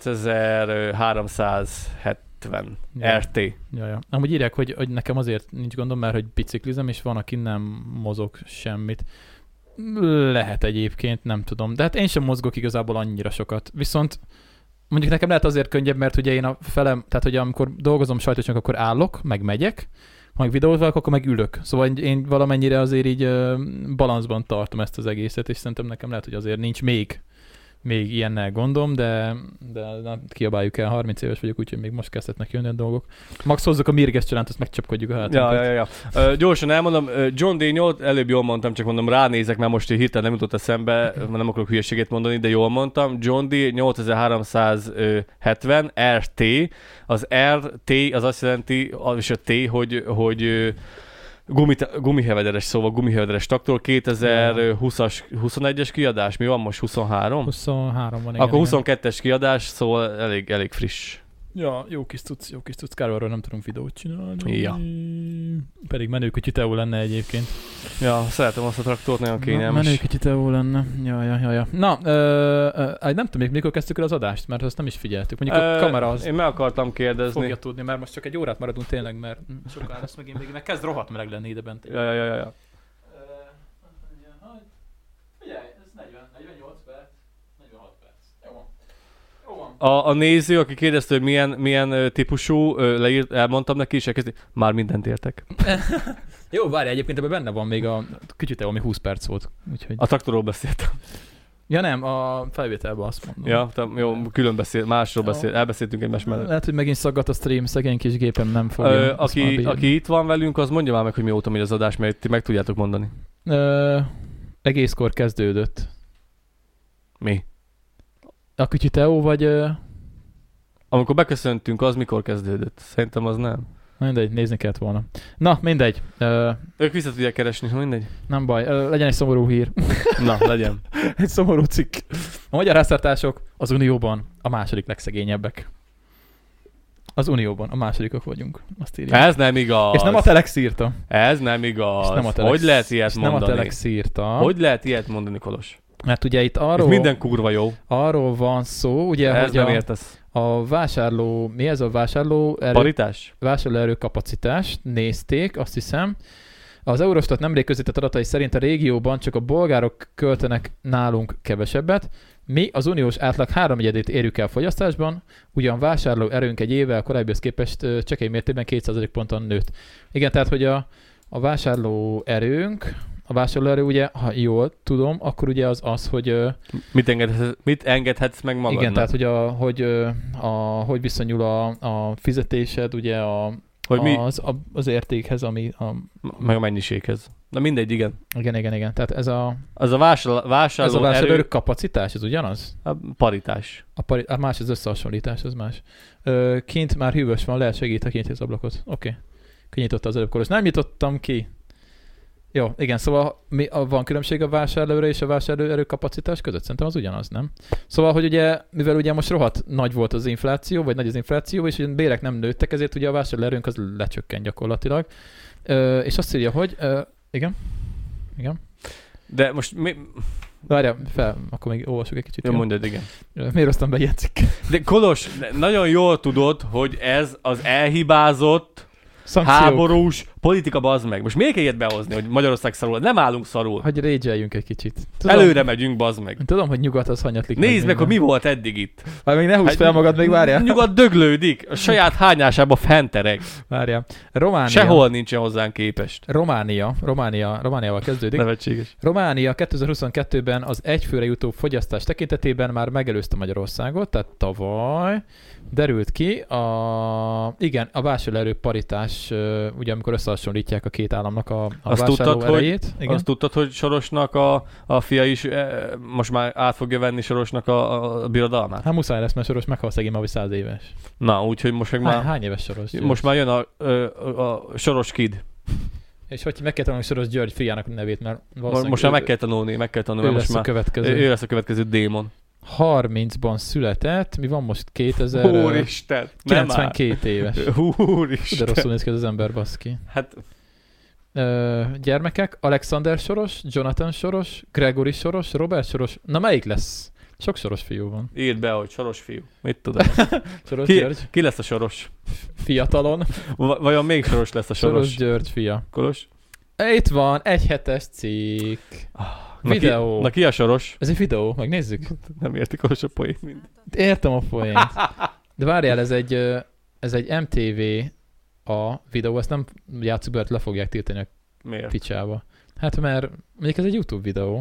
nyolcezerháromszázhetven ja. er té. Ja, ja. Amúgy írják, hogy, hogy nekem azért nincs gondom, mert hogy biciklizem, és van, aki nem mozog semmit. Lehet egyébként, nem tudom. De hát én sem mozgok igazából annyira sokat. Viszont mondjuk nekem lehet azért könnyebb, mert ugye én a felem, tehát hogy amikor dolgozom sajtósnak, akkor állok, meg megyek, ha meg videót válok, akkor meg ülök. Szóval én valamennyire azért így uh, balanszban tartom ezt az egészet, és szerintem nekem lehet, hogy azért nincs még, még ilyennel gondom, de, de na, kiabáljuk el, harminc éves vagyok, úgyhogy még most kezdhetnek jönni a dolgok. Max hozzuk a mérges csalánt, azt megcsapkodjuk a hátunkat. Ja, ja, ja. Uh, gyorsan elmondom, John Deere nyolc, előbb jól mondtam, csak mondom, ránézek, mert most hirtelen nem jutott eszembe, nem akarok hülyeséget mondani, de jól mondtam. John Deere nyolcezerháromszázhetven er té, az er té az azt jelenti, és a T, hogy, hogy Gumit, gumihevederes, szóval gumihevederes traktor, kétezer-húszas, huszonegyes kiadás, mi van most, huszonhárom? huszonhárom van, igen. Akkor huszonkettes kiadás, szóval elég, elég friss. Ja, jó kis tudsz, jó kis tudsz, kár arról nem tudunk videót csinálni. Ja. Pedig menőkütyű teó lenne egyébként. Ja, szeretem azt a traktort, nagyon kényelmes. Menőkütyű teó lenne. Ja, ja, ja, ja. Na, ö, ö, nem tudom, mikor kezdtük el az adást, mert azt nem is figyeltük. Mondjuk a ö, kamera az... Én meg akartam kérdezni. Fogja tudni, mert most csak egy órát maradunk tényleg, mert sokkal lesz meg én még, meg kezd rohadt meleg lenni ide bent. Ja, ja, ja, ja. Figyelj, ez negyven, negyvennyolc perc, negyvenhat perc. Jó van. A, a néző, aki kérdezte, hogy milyen, milyen típusú, leírt, elmondtam neki, és elkezdi, már mindent értek. Jó, várj, egyébként ebben benne van még a kütyüteó, ami húsz perc volt. Úgyhogy... A traktorról beszéltem. Ja nem, a felvételben azt mondom. Ja, te, jó, külön beszél, másról beszél, elbeszéltünk egymás mellett. Lehet, hogy megint szaggat a stream, szegény kis gépem nem fogja. Ö, aki, aki itt van velünk, az mondja már meg, hogy mióta megy az adás, mert ti meg tudjátok mondani. Ö, egészkor kezdődött. Mi? A kütyüteó, vagy... Ö... Amikor beköszöntünk, az mikor kezdődött? Szerintem az nem. Mindegy, nézni kellett volna. Na, mindegy. Uh, ők vissza tudják keresni, mindegy. Nem baj, uh, legyen egy szomorú hír. Na, legyen. Egy szomorú cikk. A magyar háztartások az Unióban a második legszegényebbek. Az Unióban a másodikok vagyunk. Azt írja. Ez nem igaz. És nem a Telex írta. Ez nem igaz. Nem a Telex, hogy lehet ilyet mondani? Nem a Telex írta. Hogy lehet ilyet mondani, Kolos? Mert ugye itt arról... Itt minden kurva jó. Arról van szó, ugye, ez hogy nem a, értesz. A vásárló... Mi ez a vásárló erő? Paritás? Vásárlóerő kapacitást nézték, azt hiszem. Az Eurostat nemrég közvetett adatai szerint a régióban csak a bolgárok költenek nálunk kevesebbet. Mi az uniós átlag háromnegyedét érjük el fogyasztásban, ugyan vásárló erőnk egy évvel korábbihoz képest csekély mértékben két százalék ponton nőtt. Igen, tehát hogy a, a vásárló erőnk, a vásárlóerő ugye, ha jól tudom, akkor ugye az az, hogy... Mit engedhetsz, mit engedhetsz meg magadnak? Igen, tehát hogy, a, hogy, a, hogy viszonyul a, a fizetésed ugye a, hogy mi? Az, a, az értékhez, ami... A, meg a mennyiséghez. Na mindegy, igen. Igen, igen, igen. Tehát ez a... Az a vásárló, vásárló ez a vásárló erő... kapacitás, ez ugyanaz? A paritás. A, pari, a más az összehasonlítás, az más. Ö, kint már hűvös van, lehet segít, ha kinyitja az ablakot. Oké. Okay. Kinyitotta az előbb Kolos. Nem nyitottam ki. Jó, igen, szóval mi, a, van különbség a vásárlóerő és a vásárlóerő kapacitás között? Szerintem az ugyanaz, nem? Szóval, hogy ugye, mivel ugye most rohadt nagy volt az infláció, vagy nagy az infláció, és ugye bérek nem nőttek, ezért ugye a vásárlóerőnk az lecsökkent gyakorlatilag. Ö, és azt írja, hogy... Ö, igen? Igen? De most mi... Várjál, fel, akkor még olvasok egy kicsit. Jó, mondjad, igen. Miért osztam be ilyen cikket? De Kolos, nagyon jól tudod, hogy ez az elhibázott, Szankciók. háborús politika, bazd meg. Most miért kell ilyet behozni, hogy Magyarország szarul? Nem állunk szarul. Hogy rage-eljünk egy kicsit. Tudom, Előre megyünk, bazd meg. Tudom, hogy nyugat az hanyatlik. Nézd meg, hogy mi volt eddig itt. Várj, még ne húzd Hát, fel magad, még várjál. Nyugat döglődik, a saját hányásába fentereg. Várjál. Románia. Sehol nincsen hozzánk képest. Románia. Románia. Romániával kezdődik. Nevetséges. Románia kétezer-huszonkettőben az egyfőre jutó fogyasztás tekintetében már megelőzte Magyarországot, tehát tavaly derült ki a, igen, a vásárlóerő paritás, ugye amikor összehasonlítják a két államnak a, a azt vásárló tudtad, erejét. Hogy, igen? azt tudtad, hogy Sorosnak a, a fia is e, most már át fogja venni Sorosnak a, a birodalmát? Hát muszáj lesz, mert Soros meghal szegény már, hogy száz éves. Na, úgyhogy most meg Hány, már... hány éves Soros? Most már jön a, a, a Soros Kid. És hogy meg kell tanulni Soros György fiának nevét, mert Most, most már meg kell tanulni, meg kell tanulni. Ő Most lesz már a következő. Ő lesz a következő démon. harmincban született, mi van most kétezer... Úristen! kilencvenkét éves. Úristen! De rosszul néz ki az ember, baszki. Hát... Ö, gyermekek, Alexander Soros, Jonathan Soros, Gregory Soros, Robert Soros. Na melyik lesz? Sok Soros fiú van. Írd be, hogy Soros fiú. Mit tudom. Soros Ki, György, ki lesz a Soros? fiatalon. V- vajon még Soros lesz a Soros? Soros György fia. Kolos? Itt van, egy hetes cikk. Na Videó. Ki, na ki a Soros? Ez egy videó, megnézzük. Nem értik Kolos a poén mind. Értem a poént. De várjál, ez egy, ö, ez egy em té vé a videó, ezt nem játsszuk be, le fogják tiltani a Miért? picsába. Hát mert mondjuk ez egy YouTube videó.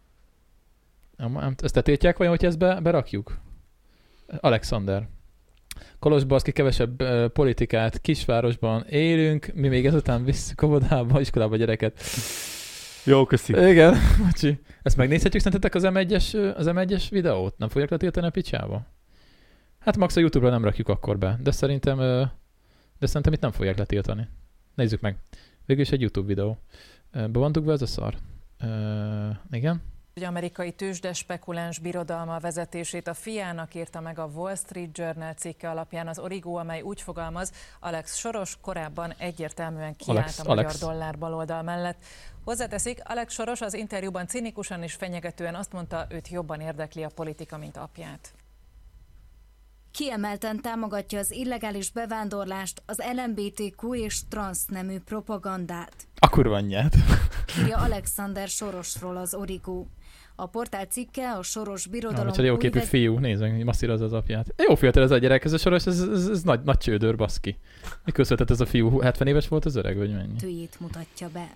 Ezt te tiltják vajon, hogy ezt be, berakjuk? Alexander. Kolos baszki, kevesebb uh, politikát, kisvárosban élünk, mi még ezután visszük óvodába, iskolába a gyereket. Jó, köszi. Igen, bocsi. Ezt megnézhetjük szerintetek az em egyes, az em egyes videót? Nem fogják letiltani a picsába? Hát max a YouTube-ra nem rakjuk akkor be, de szerintem, uh, de szerintem itt nem fogják letiltani. Nézzük meg. Végülis egy YouTube videó. Uh, be van dugva ez a szar? Uh, igen. Egy amerikai tőzsde spekuláns birodalma vezetését a fiának írta meg a Wall Street Journal cikke alapján az Origo, amely úgy fogalmaz, Alex Soros korábban egyértelműen kiállt Alex, a magyar Alex. dollár baloldal mellett. Hozzáteszik, Alex Soros az interjúban cinikusan és fenyegetően azt mondta, őt jobban érdekli a politika, mint apját. Kiemelten támogatja az illegális bevándorlást, az el em bé té kú és transznemű propagandát. A kurva anyját. Írja Alexander Sorosról az Origo. A portál cikke a Soros birodalom... Na, jó képű új... fiú, nézd meg, masszírozza az apját. Jó fiatal ez a gyerek, ez a Soros, ez, ez, ez nagy, nagy csődör, baszki. Mikor született ez a fiú? hetven éves volt az öreg, vagy mennyi? tűjét mutatja be.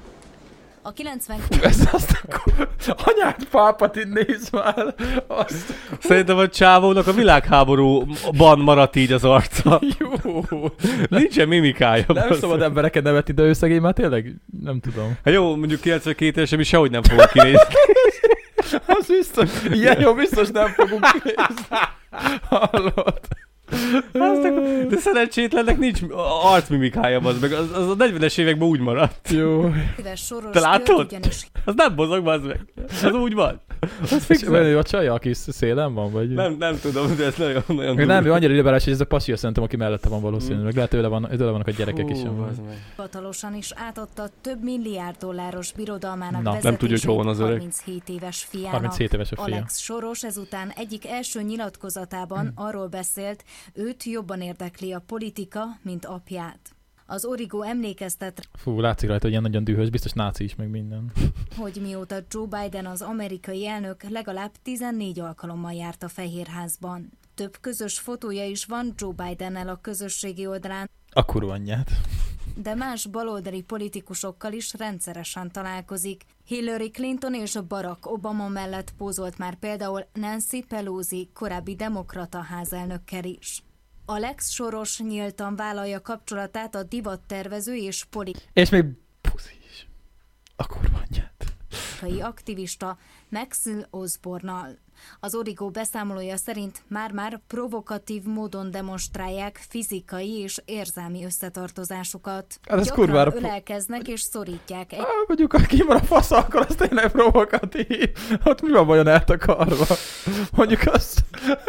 A kilencven... Hú, ez azt akkor... Anyád Pálpatin, nézd már! Azt... Szerintem a csávónak a világháborúban maradt így az arca. Jó! Nincsen mimikája. Nem szabad embereket nevetni, de ő szegény már tényleg nem tudom. Hát jó, mondjuk kilencvenkét évesen mi sehogy nem fogok kinézni. Az biztos, ilyen jó biztos nem fogunk kinézni. Hallod? Akkor, de szerencsétlennek nincs arcmimikája, az meg. Az, az a negyvenes években úgy maradt. Jó. éves Soros Te látod? ugyanis... Az nem mozog, az meg. Az úgy van. Az fix. Vagy ő a csaja, aki szélen van, vagy? Nem, nem tudom, de ez nagyon, nagyon Ő nem, ő annyira liberális, hogy ez a pasi, szerintem, aki mellette van valószínűleg. Lehet, tőle, van, tőle vannak a gyerekek is. Hivatalosan is átadta több milliárd dolláros birodalmának Na, vezetését nem tudja, hogy hol van az öreg. harminchét éves fiának. harminchét éves a fia. Alex Soros ezután egyik első nyilatkozatában Hmm. arról beszélt, őt jobban érdekli a politika, mint apját. Az Origo emlékeztet, Fú, látszik rajta, hogy ilyen nagyon dühös, biztos náci is, meg minden. hogy mióta Joe Biden az amerikai elnök, legalább tizennégy alkalommal járt a Fehérházban. Több közös fotója is van Joe Bidennel a közösségi oldalán, A kurva anyját. de más baloldali politikusokkal is rendszeresen találkozik. Hillary Clinton és Barack Obama mellett pózolt már például Nancy Pelosi, korábbi demokrata házelnökkel is. Alex Soros nyíltan vállalja kapcsolatát a divattervező és politikus. És még puszi is. A kurva anyját. amerikai aktivista Maxwell Osborne-nal. Az Origo beszámolója szerint már-már provokatív módon demonstrálják fizikai és érzelmi összetartozásukat. Hát Gyakran kurvára... ölelkeznek és szorítják egy... Ah, mondjuk, ha ki van a fasz, akkor az tényleg provokatív. Ott mi van vajon eltakarva? Mondjuk azt...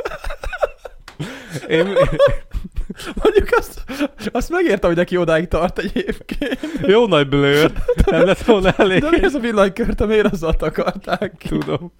Én... Mondjuk azt, azt megértem, hogy neki odáig tart egyébként. Jó nagy blőr. Nem lett volna elég. De mi ez a villanykörte, miért azzal takarták ki? Tudom.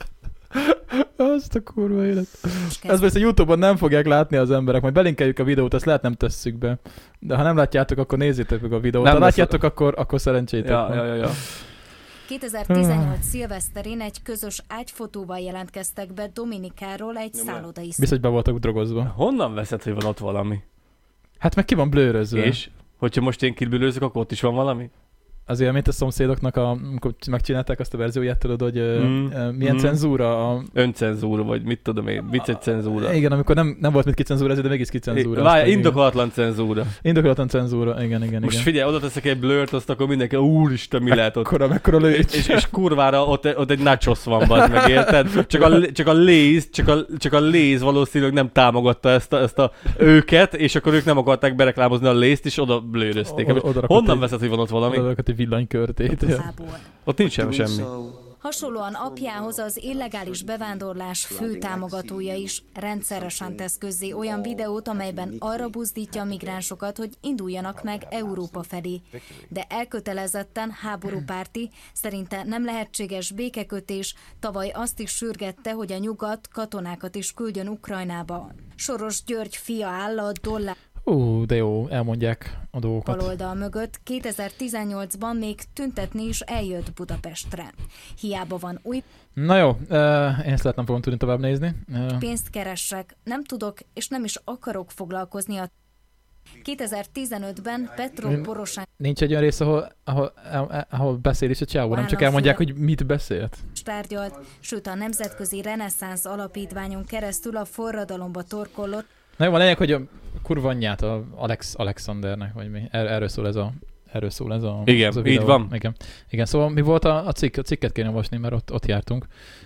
Azt a kurva élet. Ez persze YouTube-on nem fogják látni az emberek, majd belinkeljük a videót, ezt lehet nem tesszük be. De ha nem látjátok, akkor nézzétek meg a videót. Nem, ha látjátok, lesz... akkor, akkor szerencsétek. Ja, ja, ja, ja. kétezer-tizennyolc szilveszterén egy közös ágyfotóval jelentkeztek be Dominikáról egy szállodai... Biztos, hogy be voltak drogozva. Honnan veszed, hogy van ott valami? Hát meg ki van blőrözve. És? Hogyha most én kibülőzök, akkor ott is van valami? Azért, mint a szomszédoknak, a, amikor megcsinálták azt a verzióját, tudod, hogy mm. uh, milyen mm. cenzúra? A... Öncenzúra, vagy mit tudom én, vicces cenzúra. Igen, amikor nem, nem volt mit kicenzúrázni, de mégis kicenzúra. Várj, indokolatlan cenzúra. Indokolatlan cenzúra, igen, igen, most igen. figyelj, oda teszek egy blurt, azt akkor mindenki, úristen, mi lehet ott? Mekkora, mekkora lőcs. És, és kurvára ott, ott egy nachos van, bazd meg, érted? Csak a, csak a Lays, csak a, csak a Lays valószínűleg nem támogatta ezt a, ezt a őket, és akkor ők nem akarták bereklámozni a Lays-t, és oda blőrözték. Honnan veszed, hogy van ott valami? Oda egy villanykörtét. Ott nincs sem semmi. Hasonlóan apjához az illegális bevándorlás fő támogatója is rendszeresen tesz közzé olyan videót, amelyben arra buzdítja a migránsokat, hogy induljanak meg Európa felé. De elkötelezetten háborúpárti, szerinte nem lehetséges békekötés, tavaly azt is sürgette, hogy a nyugat katonákat is küldjön Ukrajnába. Soros György fia áll a dollár... Ú, de jó, elmondják a dolgokat. Baloldal mögött kétezer-tizennyolcban még tüntetni is eljött Budapestre. Hiába van új... Na jó, uh, én ezt lehet nem fogom tudni tovább nézni. Uh... Pénzt keressek, nem tudok és nem is akarok foglalkozni a... kétezer-tizenötben Petro Poroshenko... Nincs egy olyan rész, ahol, ahol, ahol, ahol beszél is a csávó, nem csak elmondják, hogy mit beszélt. Tárgyalt, sőt a Nemzetközi Reneszánsz Alapítványon keresztül a forradalomba torkollott. Na jó, a lényeg, hogy a kurva anyját, a Alex Alexandernek, vagy mi, er, erről szól ez a, erről szól ez a, igen, ez a így van. Igen. Igen, szóval mi volt a, a cikk? A cikket kéne olvasni, mert ott, ott jártunk.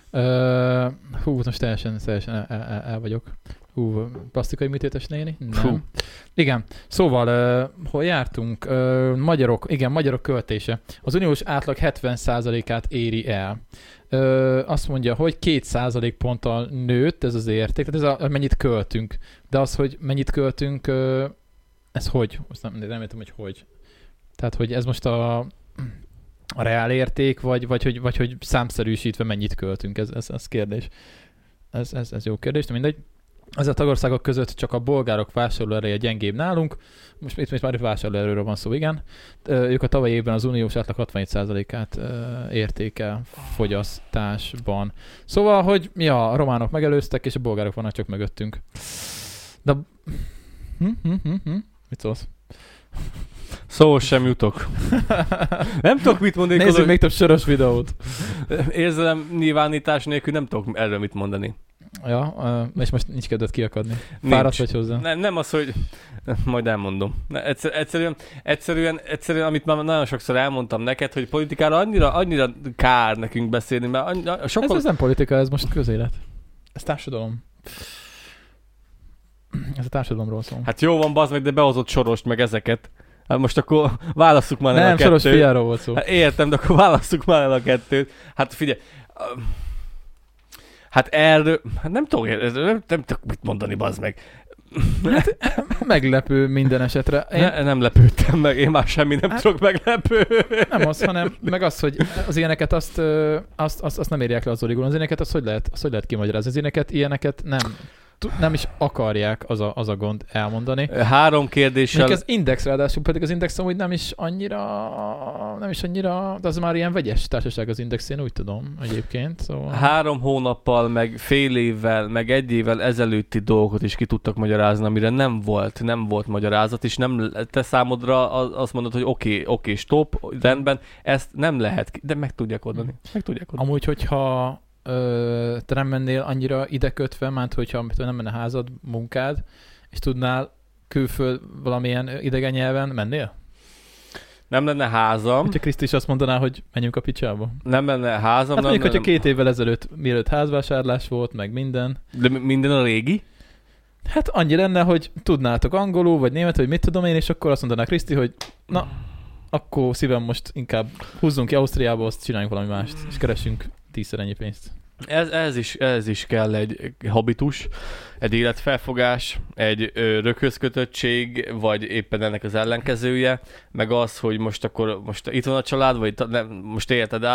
Uh, hú, most teljesen, teljesen el, el, el vagyok. Hú, plastikai műtétes néni? Nem. Hú. Igen, szóval uh, hol jártunk? Uh, magyarok, igen, magyarok költése. Az uniós átlag hetven százalékát éri el. Ö, azt mondja, hogy két százalékponttal nőtt ez az érték, tehát ez a, mennyit költünk. De az, hogy mennyit költünk, ö, ez hogy? Most nem, nem értem, hogy hogy. Tehát, hogy ez most a, a reál érték, vagy, vagy, vagy, vagy hogy számszerűsítve mennyit költünk, ez, ez, ez kérdés. Ez, ez, ez jó kérdés, de mindegy. Az a tagországok között csak a bolgárok vásárlóereje gyengébb nálunk. Most itt, itt már vásárlóerőről van szó, igen. Ők a tavalyi évben az uniós átlag hatvanöt százalékát érték el fogyasztásban. Szóval, hogy ja, a románok megelőztek, és a bolgárok vannak csak mögöttünk. De... Hm, hm, hm, hm. Mit szólsz? Szóval sem jutok. Nem tudok mit mondani. Nézzük oda... még több sörös videót. Érzelem nyilvánítás nélkül nem tudok erről mit mondani. Ja, és most nincs kedved kiakadni. Fáradt vagy hozzá? Nem, nem az, hogy... Majd elmondom. Egyszer, egyszerűen, egyszerűen, egyszerűen, amit már nagyon sokszor elmondtam neked, hogy politikára annyira, annyira kár nekünk beszélni, mert annyira, sokkal... Ez, ez nem politika, ez most közélet. Ez társadalom. Ez a társadalomról szól. Hát jó van, bazd meg, de behozott Sorost meg ezeket. Hát most akkor válasszuk már el nem, a kettőt. Nem, Soros fiáról volt szó. Hát értem, de akkor válasszuk már el a kettőt. Hát figyelj... Hát erről... Hát nem tudok, nem, nem tudok mit mondani, bazd meg. Hát, meglepő minden esetre. Én... Ne, nem lepődtem meg, én már semmi nem hát, tudok meglepő. Nem az, hanem meg az, hogy az ilyeneket azt, azt, azt, azt nem érják le az Origon. Az ilyeneket azt hogy lehet, azt hogy lehet kimagyarázni? Az ilyeneket, ilyeneket nem... nem is akarják, az a, az a gond elmondani. Három kérdéssel... Még az Index, ráadásul pedig az Index amúgy nem is annyira, nem is annyira, de az már ilyen vegyes társaság az Index, én úgy tudom egyébként. Szóval... Három hónappal, meg fél évvel, meg egy évvel ezelőtti dolgokat is ki tudtak magyarázni, amire nem volt, nem volt magyarázat, és nem, te számodra azt mondod, hogy oké, okay, oké, okay, stop, rendben, ezt nem lehet, de meg tudják oldani. Meg tudják oldani. Amúgy, hogyha Ö, te nem mennél annyira ide kötve, mert hogyha nem menne házad, munkád, és tudnál külföld valamilyen idegen nyelven, mennél? nem lenne házam. Hogyha Kriszti is azt mondaná, hogy menjünk a picsába. Nem lenne házam. Hát nem, mondjuk, nem, hogyha két évvel ezelőtt, mielőtt házvásárlás volt, meg minden. De minden a régi? Hát annyi lenne, hogy tudnátok angolul, vagy német, vagy mit tudom én, és akkor azt mondaná Kriszti, hogy na, akkor szívem most inkább húzzunk ki Ausztriába, azt csináljunk valami mást, és keressünk tízszer ennyi pénzt. Ez, ez, is, ez is kell egy habitus, egy életfelfogás, egy ö, röghözkötöttség, vagy éppen ennek az ellenkezője, meg az, hogy most akkor most itt van a család, vagy ta, nem, most érted,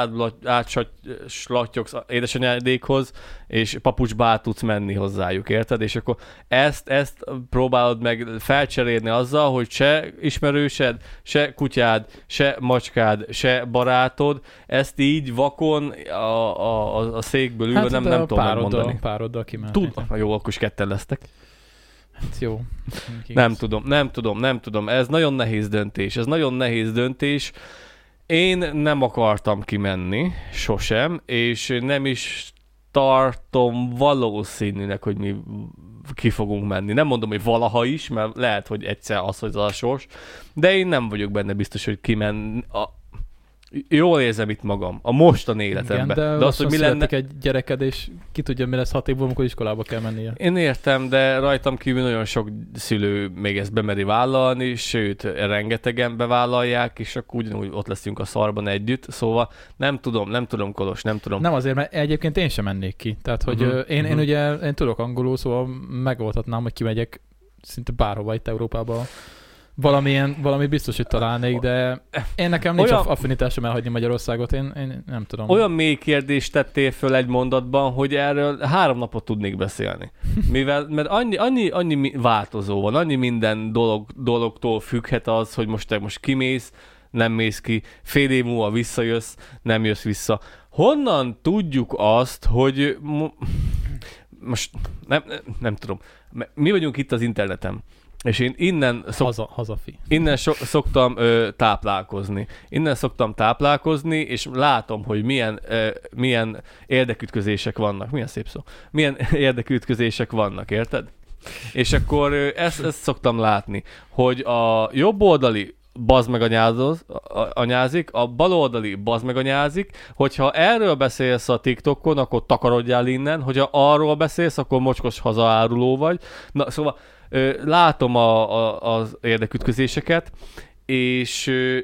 átslattyogsz édesanyádékhoz, és papucsba át tudsz menni hozzájuk, érted? És akkor ezt, ezt próbálod meg felcserélni azzal, hogy se ismerősed, se kutyád, se macskád, se barátod, ezt így vakon a, a, a székből ülve hát nem, nem tudom megmondani. Pároddal kimenni. Tud, jó, akkor is ketten lesztek. Hát jó. Nem tudom, nem tudom, nem tudom. Ez nagyon nehéz döntés. Ez nagyon nehéz döntés. Én nem akartam kimenni, sosem, és nem is tartom valószínűnek, hogy mi ki fogunk menni. Nem mondom, hogy valaha is, mert lehet, hogy egyszer az, hogy az a sors, de én nem vagyok benne biztos, hogy kimenni. A... Jól érzem itt magam, a mostani életemben. Igen, de, de az, hogy mi lenne... egy gyereked, és ki tudja, mi lesz hat évvel, amikor iskolába kell mennie. Én értem, de rajtam kívül nagyon sok szülő még ezt bemeri vállalni, sőt, rengetegen bevállalják, és akkor ugyanúgy ott leszünk a szarban együtt, szóval nem tudom, nem tudom, Kolos, nem tudom. Nem azért, mert egyébként én sem mennék ki. Tehát, hogy uh-huh, én, uh-huh. én ugye, én tudok angolul, szóval megoldhatnám, hogy kimegyek szinte bárhova itt Európába. Valamilyen, valami biztos, hogy találnék, de én nekem nincs olyan... affinitásom elhagyni Magyarországot, én, én nem tudom. Olyan mély kérdést tettél föl egy mondatban, hogy erről három napot tudnék beszélni. Mivel, mert annyi, annyi, annyi változó van, annyi minden dolog, dologtól függhet az, hogy most te most kimész, nem mész ki, fél év múlva visszajössz, nem jössz vissza. Honnan tudjuk azt, hogy most nem, nem, nem tudom, mi vagyunk itt az interneten, és én innen, szok... Haza, hazafi. innen so- szoktam ö, táplálkozni. Innen szoktam táplálkozni, és látom, hogy milyen, ö, milyen érdekütközések vannak. Milyen szép szó. Milyen érdekütközések vannak, érted? És akkor ö, ezt, ezt szoktam látni, hogy a jobb oldali bazd meg anyázoz, anyázik, a baloldali bazd meg anyázik, hogyha erről beszélsz a TikTokon, akkor takarodjál innen, hogyha arról beszélsz, akkor mocskos hazaáruló vagy. Na, szóval ö, látom a, a, az érdekütközéseket, és ö,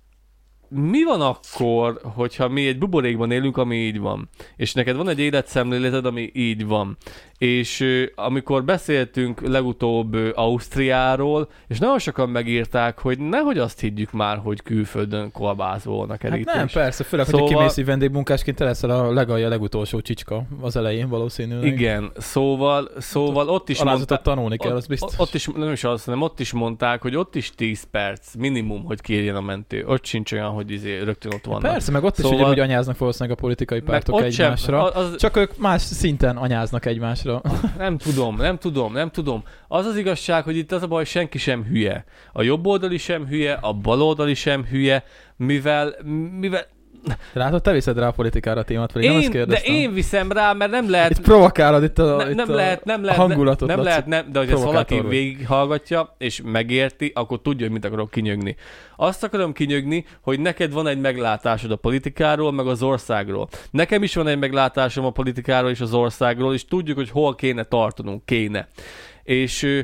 mi van akkor, hogyha mi egy buborékban élünk, ami így van, és neked van egy életszemléleted, ami így van, és ö, amikor beszéltünk legutóbb ö, Ausztriáról, és nagyon sokan megírták, hogy nehogy azt higgyük már, hogy külföldön kolbászolna kerítés. Hát nem, persze, főleg, szóval... hogy kimész így vendégmunkásként, te leszel a legalja, legutolsó csicska az elején valószínűleg. Igen, szóval, szóval ott is mondták... tanulni kell, az biztos. Ott is, nem is az, hanem ott is mondták, hogy ott is tíz perc minimum, hogy kérjen a mentő. Ott sincs olyan, hogy izé rögtön ott vannak. Persze, meg ott szóval... is ugyanúgy anyáznak valószínűleg a politikai pártok egymásra. Sem, az... Csak ők más szinten anyáznak egymásra. Nem tudom, nem tudom, nem tudom. Az az igazság, hogy itt az a baj, senki sem hülye. A jobb oldali sem hülye, a bal oldali sem hülye, mivel... mivel... Látod, te viszed rá a politikára a témát, vagy én, nem ezt kérdeztem. De én viszem rá, mert nem lehet... Itt provokálod itt a, ne, itt nem a, lehet, nem lehet, a hangulatot. Nem, nem lehet, nem, de hogy ezt valaki végighallgatja, és megérti, akkor tudja, hogy mit akarok kinyögni. Azt akarom kinyögni, hogy neked van egy meglátásod a politikáról, meg az országról. Nekem is van egy meglátásom a politikáról és az országról, és tudjuk, hogy hol kéne tartanunk, kéne. És...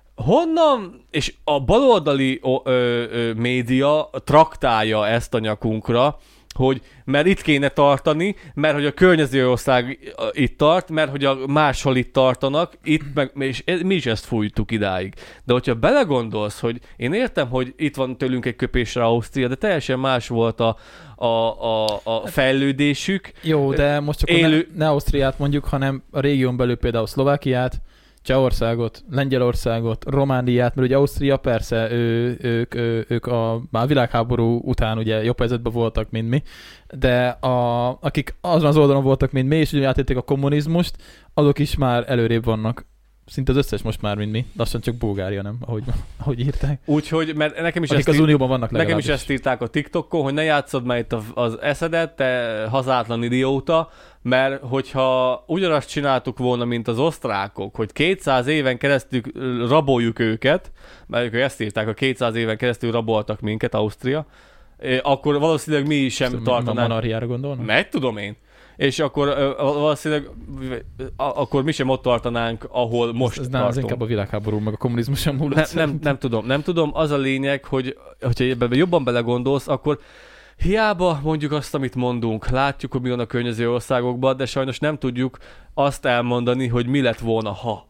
honnan, és a baloldali ö, ö, média traktálja ezt a nyakunkra, hogy mert itt kéne tartani, mert hogy a környező ország itt tart, mert hogy a máshol itt tartanak, itt meg, és mi is ezt fújtuk idáig. De hogyha belegondolsz, hogy én értem, hogy itt van tőlünk egy köpésre Ausztria, de teljesen más volt a, a, a, a fejlődésük. Jó, de most csak élő... ne, ne Ausztriát mondjuk, hanem a régión belül például Szlovákiát, Csehországot, Lengyelországot, Romániát, mert ugye Ausztria persze ő, ők, ő, ők a, már a világháború után ugye jobb helyzetben voltak, mint mi, de a, akik azon az oldalon voltak, mint mi, és ugye átélték a kommunizmust, azok is már előrébb vannak. Szinte az összes most már, mint mi. Lassan csak Bulgária, nem? Ahogy, ahogy írták. Úgyhogy, mert nekem is akik ezt az Unióban vannak nekem is ezt írták a TikTokon, hogy ne játsszad már itt az eszedet, te hazátlan idióta, mert hogyha ugyanazt csináltuk volna, mint az osztrákok, hogy kétszáz éven keresztül raboljuk őket, mert ők ezt írták, hogy kétszáz éven keresztül raboltak minket, Ausztria, akkor valószínűleg mi sem Szóval tartanánk. A monarchiára gondolnak? Meg tudom én. És akkor uh, valószínűleg uh, akkor mi sem ott tartanánk, ahol most ez, ez nem, tartunk. az inkább a világháború, meg a kommunizmus sem múlott. Ne, nem, nem tudom, nem tudom. Az a lényeg, hogy hogyha ebben jobban belegondolsz, akkor hiába mondjuk azt, amit mondunk, látjuk, hogy mi van a környező országokban, de sajnos nem tudjuk azt elmondani, hogy mi lett volna, ha.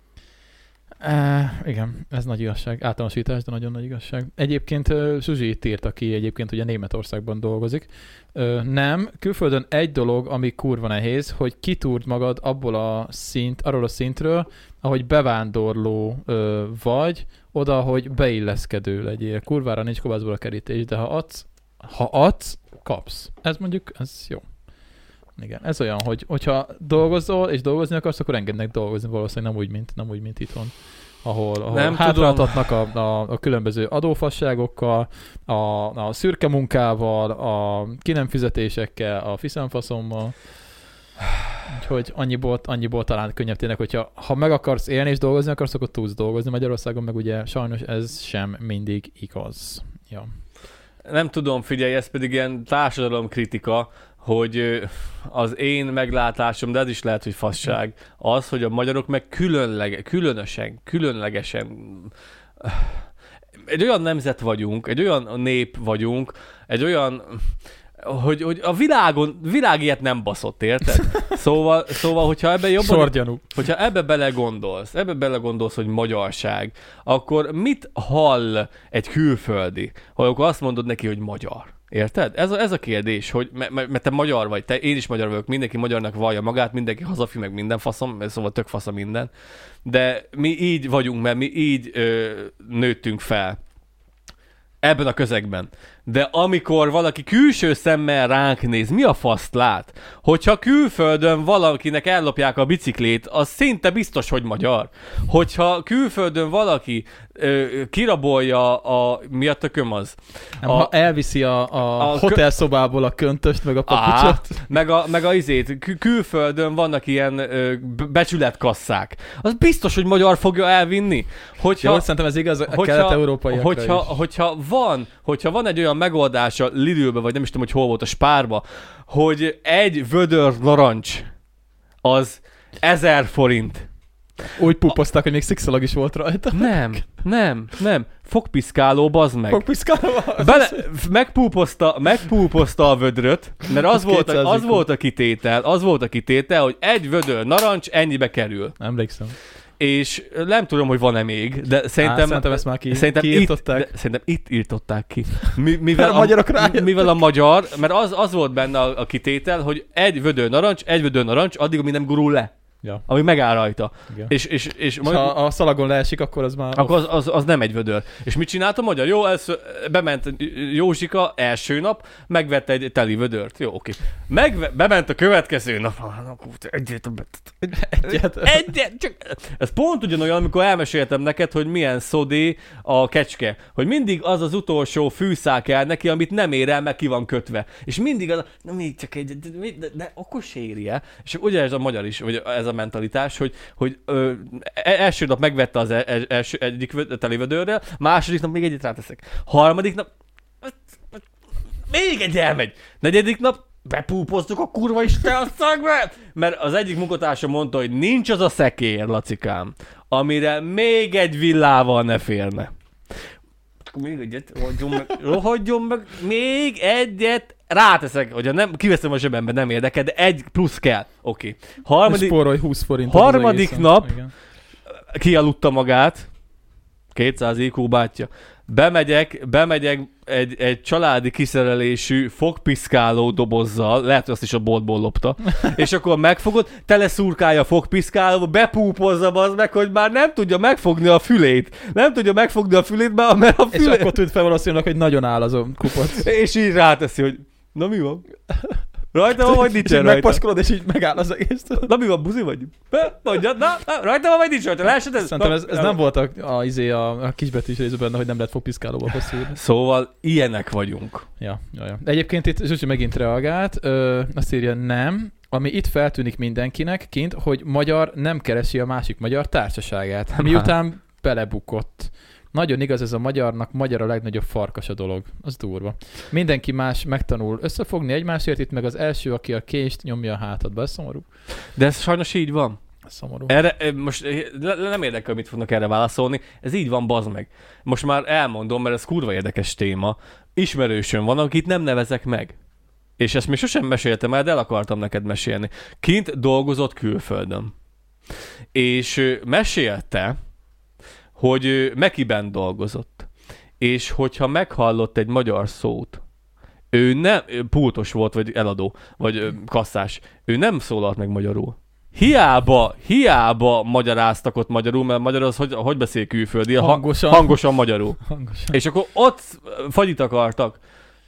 E, igen, ez nagy igazság. Általánosítás, de nagyon nagy igazság. Egyébként Zsuzsi itt írt, aki egyébként ugye Németországban dolgozik. Ö, nem, külföldön egy dolog, ami kurva nehéz, hogy kitúrd magad abból a szint, arról a szintről, ahogy bevándorló ö, vagy, oda, hogy beilleszkedő legyél. Kurvára nincs kovászból a kerítés, de ha adsz, ha adsz, kapsz. Ez mondjuk, ez jó. Igen, ez olyan, hogy hogyha dolgozol és dolgozni akarsz, akkor engednek dolgozni, valószínűleg nem úgy, mint, nem úgy, mint itthon. Ahol, ahol hátráltatnak a, a, a különböző adófasságokkal, a, a szürke munkával, a ki nem fizetésekkel, a fiszemfaszommal. Úgyhogy annyiból, annyiból talán könnyebb tényleg, hogyha ha meg akarsz élni és dolgozni akarsz, akkor tudsz dolgozni. Magyarországon meg ugye sajnos ez sem mindig igaz. Ja. Nem tudom, figyelj, ez pedig ilyen társadalomkritika, hogy az én meglátásom, de ez is lehet, hogy fasság, az, hogy a magyarok meg különlege, különösen, különlegesen egy olyan nemzet vagyunk, egy olyan nép vagyunk, egy olyan, hogy, hogy a világon, világ ilyet nem baszott, érted? Szóval, szóval hogyha ebbe jobban, Sorgyanú. hogyha ebbe belegondolsz, ebbe belegondolsz, hogy magyarság, akkor mit hall egy külföldi, hogy akkor azt mondod neki, hogy magyar? Érted? Ez a, ez a kérdés, hogy mert te magyar vagy, te, én is magyar vagyok, mindenki magyarnak vallja magát, mindenki hazafi, meg minden faszom, szóval tök fasza minden, de mi így vagyunk, mert mi így ö, nőttünk fel ebben a közegben. De amikor valaki külső szemmel ránk néz, mi a faszt lát? Hogyha külföldön valakinek ellopják a biciklét, az szinte biztos, hogy magyar. Hogyha külföldön valaki ö, kirabolja a... Mi a tököm az? Nem, a, ha elviszi a, a, a hotelszobából a köntöst, meg a papucsot. Á, meg, a, meg a izét, kül- külföldön vannak ilyen ö, becsületkasszák. Az biztos, hogy magyar fogja elvinni. Hogyha, Jó, szerintem ez igaz a hogyha, kelet-európaiakra hogyha, is. hogyha van, hogyha van egy olyan megoldás a Lidlbe, vagy nem is tudom, hogy hol volt a Spárba, hogy egy vödör narancs az ezer forint. Úgy pupozták, hogy még szikszalag is volt rajta. Nem, nem, nem. Fogpiszkáló, bazd meg. Fogpiszkáló. Bele, megpúpozta, megpúpozta a vödröt, mert az, volt a, az volt a kitétel, az volt a kitétel, hogy egy vödör narancs ennyibe kerül. Emlékszem. És nem tudom, hogy van-e még, de szerintem... Á, szerintem ezt már ki, szerintem kiírtották. Itt, szerintem itt írtották ki. Mi, mivel, a magyarok rájöttek. mivel a magyar, mert az, az volt benne a, a kitétel, hogy egy vödör narancs, egy vödör narancs, addig, amíg nem gurul le. Ja. Ami megáll rajta. Igen. És, és, és, és majd, ha a szalagon leesik, akkor az már... akkor az, az, az nem egy vödör. És mit csinált a magyar? Jó, ez, bement Józsika első nap, megvette egy teli vödört. Jó, oké. Megve, bement a következő nap. Egyet, egyet, egyet, csak... Ez pont ugyanolyan, amikor elmeséltem neked, hogy milyen szodé a kecske. Hogy mindig az az utolsó fűszál kell neki, amit nem ér el, meg ki van kötve. És mindig az, na még csak egy, de, de, de akkor se éri el. És ugye ez a magyar is, vagy ez a mentalitás, hogy, hogy ö, első nap megvette az el, első, egyik telivödörrel, második nap még egyet ráteszek. Harmadik nap még egy elmegy. Negyedik nap bepúpoztuk a kurva isten a szagbe! Mert az egyik munkatársa mondta, hogy nincs az a szekér, Lacikám, amire még egy villával ne férne. Még egyet, rohadjon meg, rohadjon meg, még egyet ráteszek, hogyha nem, kiveszem a zsebembe, nem érdekel, de egy plusz kell. Oké. Okay. Harmadik, spórolj húsz forint. harmadik nap igen. kialudta magát, kétszáz í kú bátyja. Bemegyek, bemegyek egy, egy családi kiszerelésű fogpiszkáló dobozzal, lehet, hogy azt is a boltból lopta, és akkor megfogod, teleszurkálja a fogpiszkálóba, bepúpozza az meg, hogy már nem tudja megfogni a fülét. Nem tudja megfogni a fülét, mert a fülét... És akkor tűnt fel valószínűleg, hogy nagyon áll az a kupac. És így ráteszi, hogy na mi van? Rajta van, vagy nincsen rajta? Megpaskolod, és így megáll az egész. Na mi van, buzi vagy? Mondjad, na, na, rajta van, vagy nincs rajta? Leesed ez? Szerintem ez, ez nem volt a, a, izé, a, a kisbetűs részben benne, hogy nem lehet fogpiszkálóba hosszú. Szóval ilyenek vagyunk. Ja, ja, ja. De egyébként itt Zsuzsi megint reagált, ö, azt írja, nem, ami itt feltűnik mindenkinek kint, hogy magyar nem keresi a másik magyar társaságát. Miután belebukott. Nagyon igaz, ez a magyarnak magyar a legnagyobb farkas a dolog. Az durva. Mindenki más megtanul összefogni egymásért, itt meg az első, aki a kést nyomja a hátadba. Ez szomorú. De ez sajnos így van. Szomorú. Erre, most le, nem érdekel, mit fognak erre válaszolni. Ez így van, bazd meg. Most már elmondom, mert ez kurva érdekes téma. Ismerősöm van, akit nem nevezek meg. És ezt még sosem meséltem el, de el akartam neked mesélni. Kint dolgozott külföldön. És mesélte, hogy Mekiben dolgozott. És hogyha meghallott egy magyar szót, ő nem, pultos volt, vagy eladó, vagy kasszás, ő nem szólalt meg magyarul. Hiába, hiába magyaráztak ott magyarul, mert magyar az hogy, hogy beszél külföldi? Hangosan. Hangosan magyarul. Hangosan. És akkor ott fagyit akartak,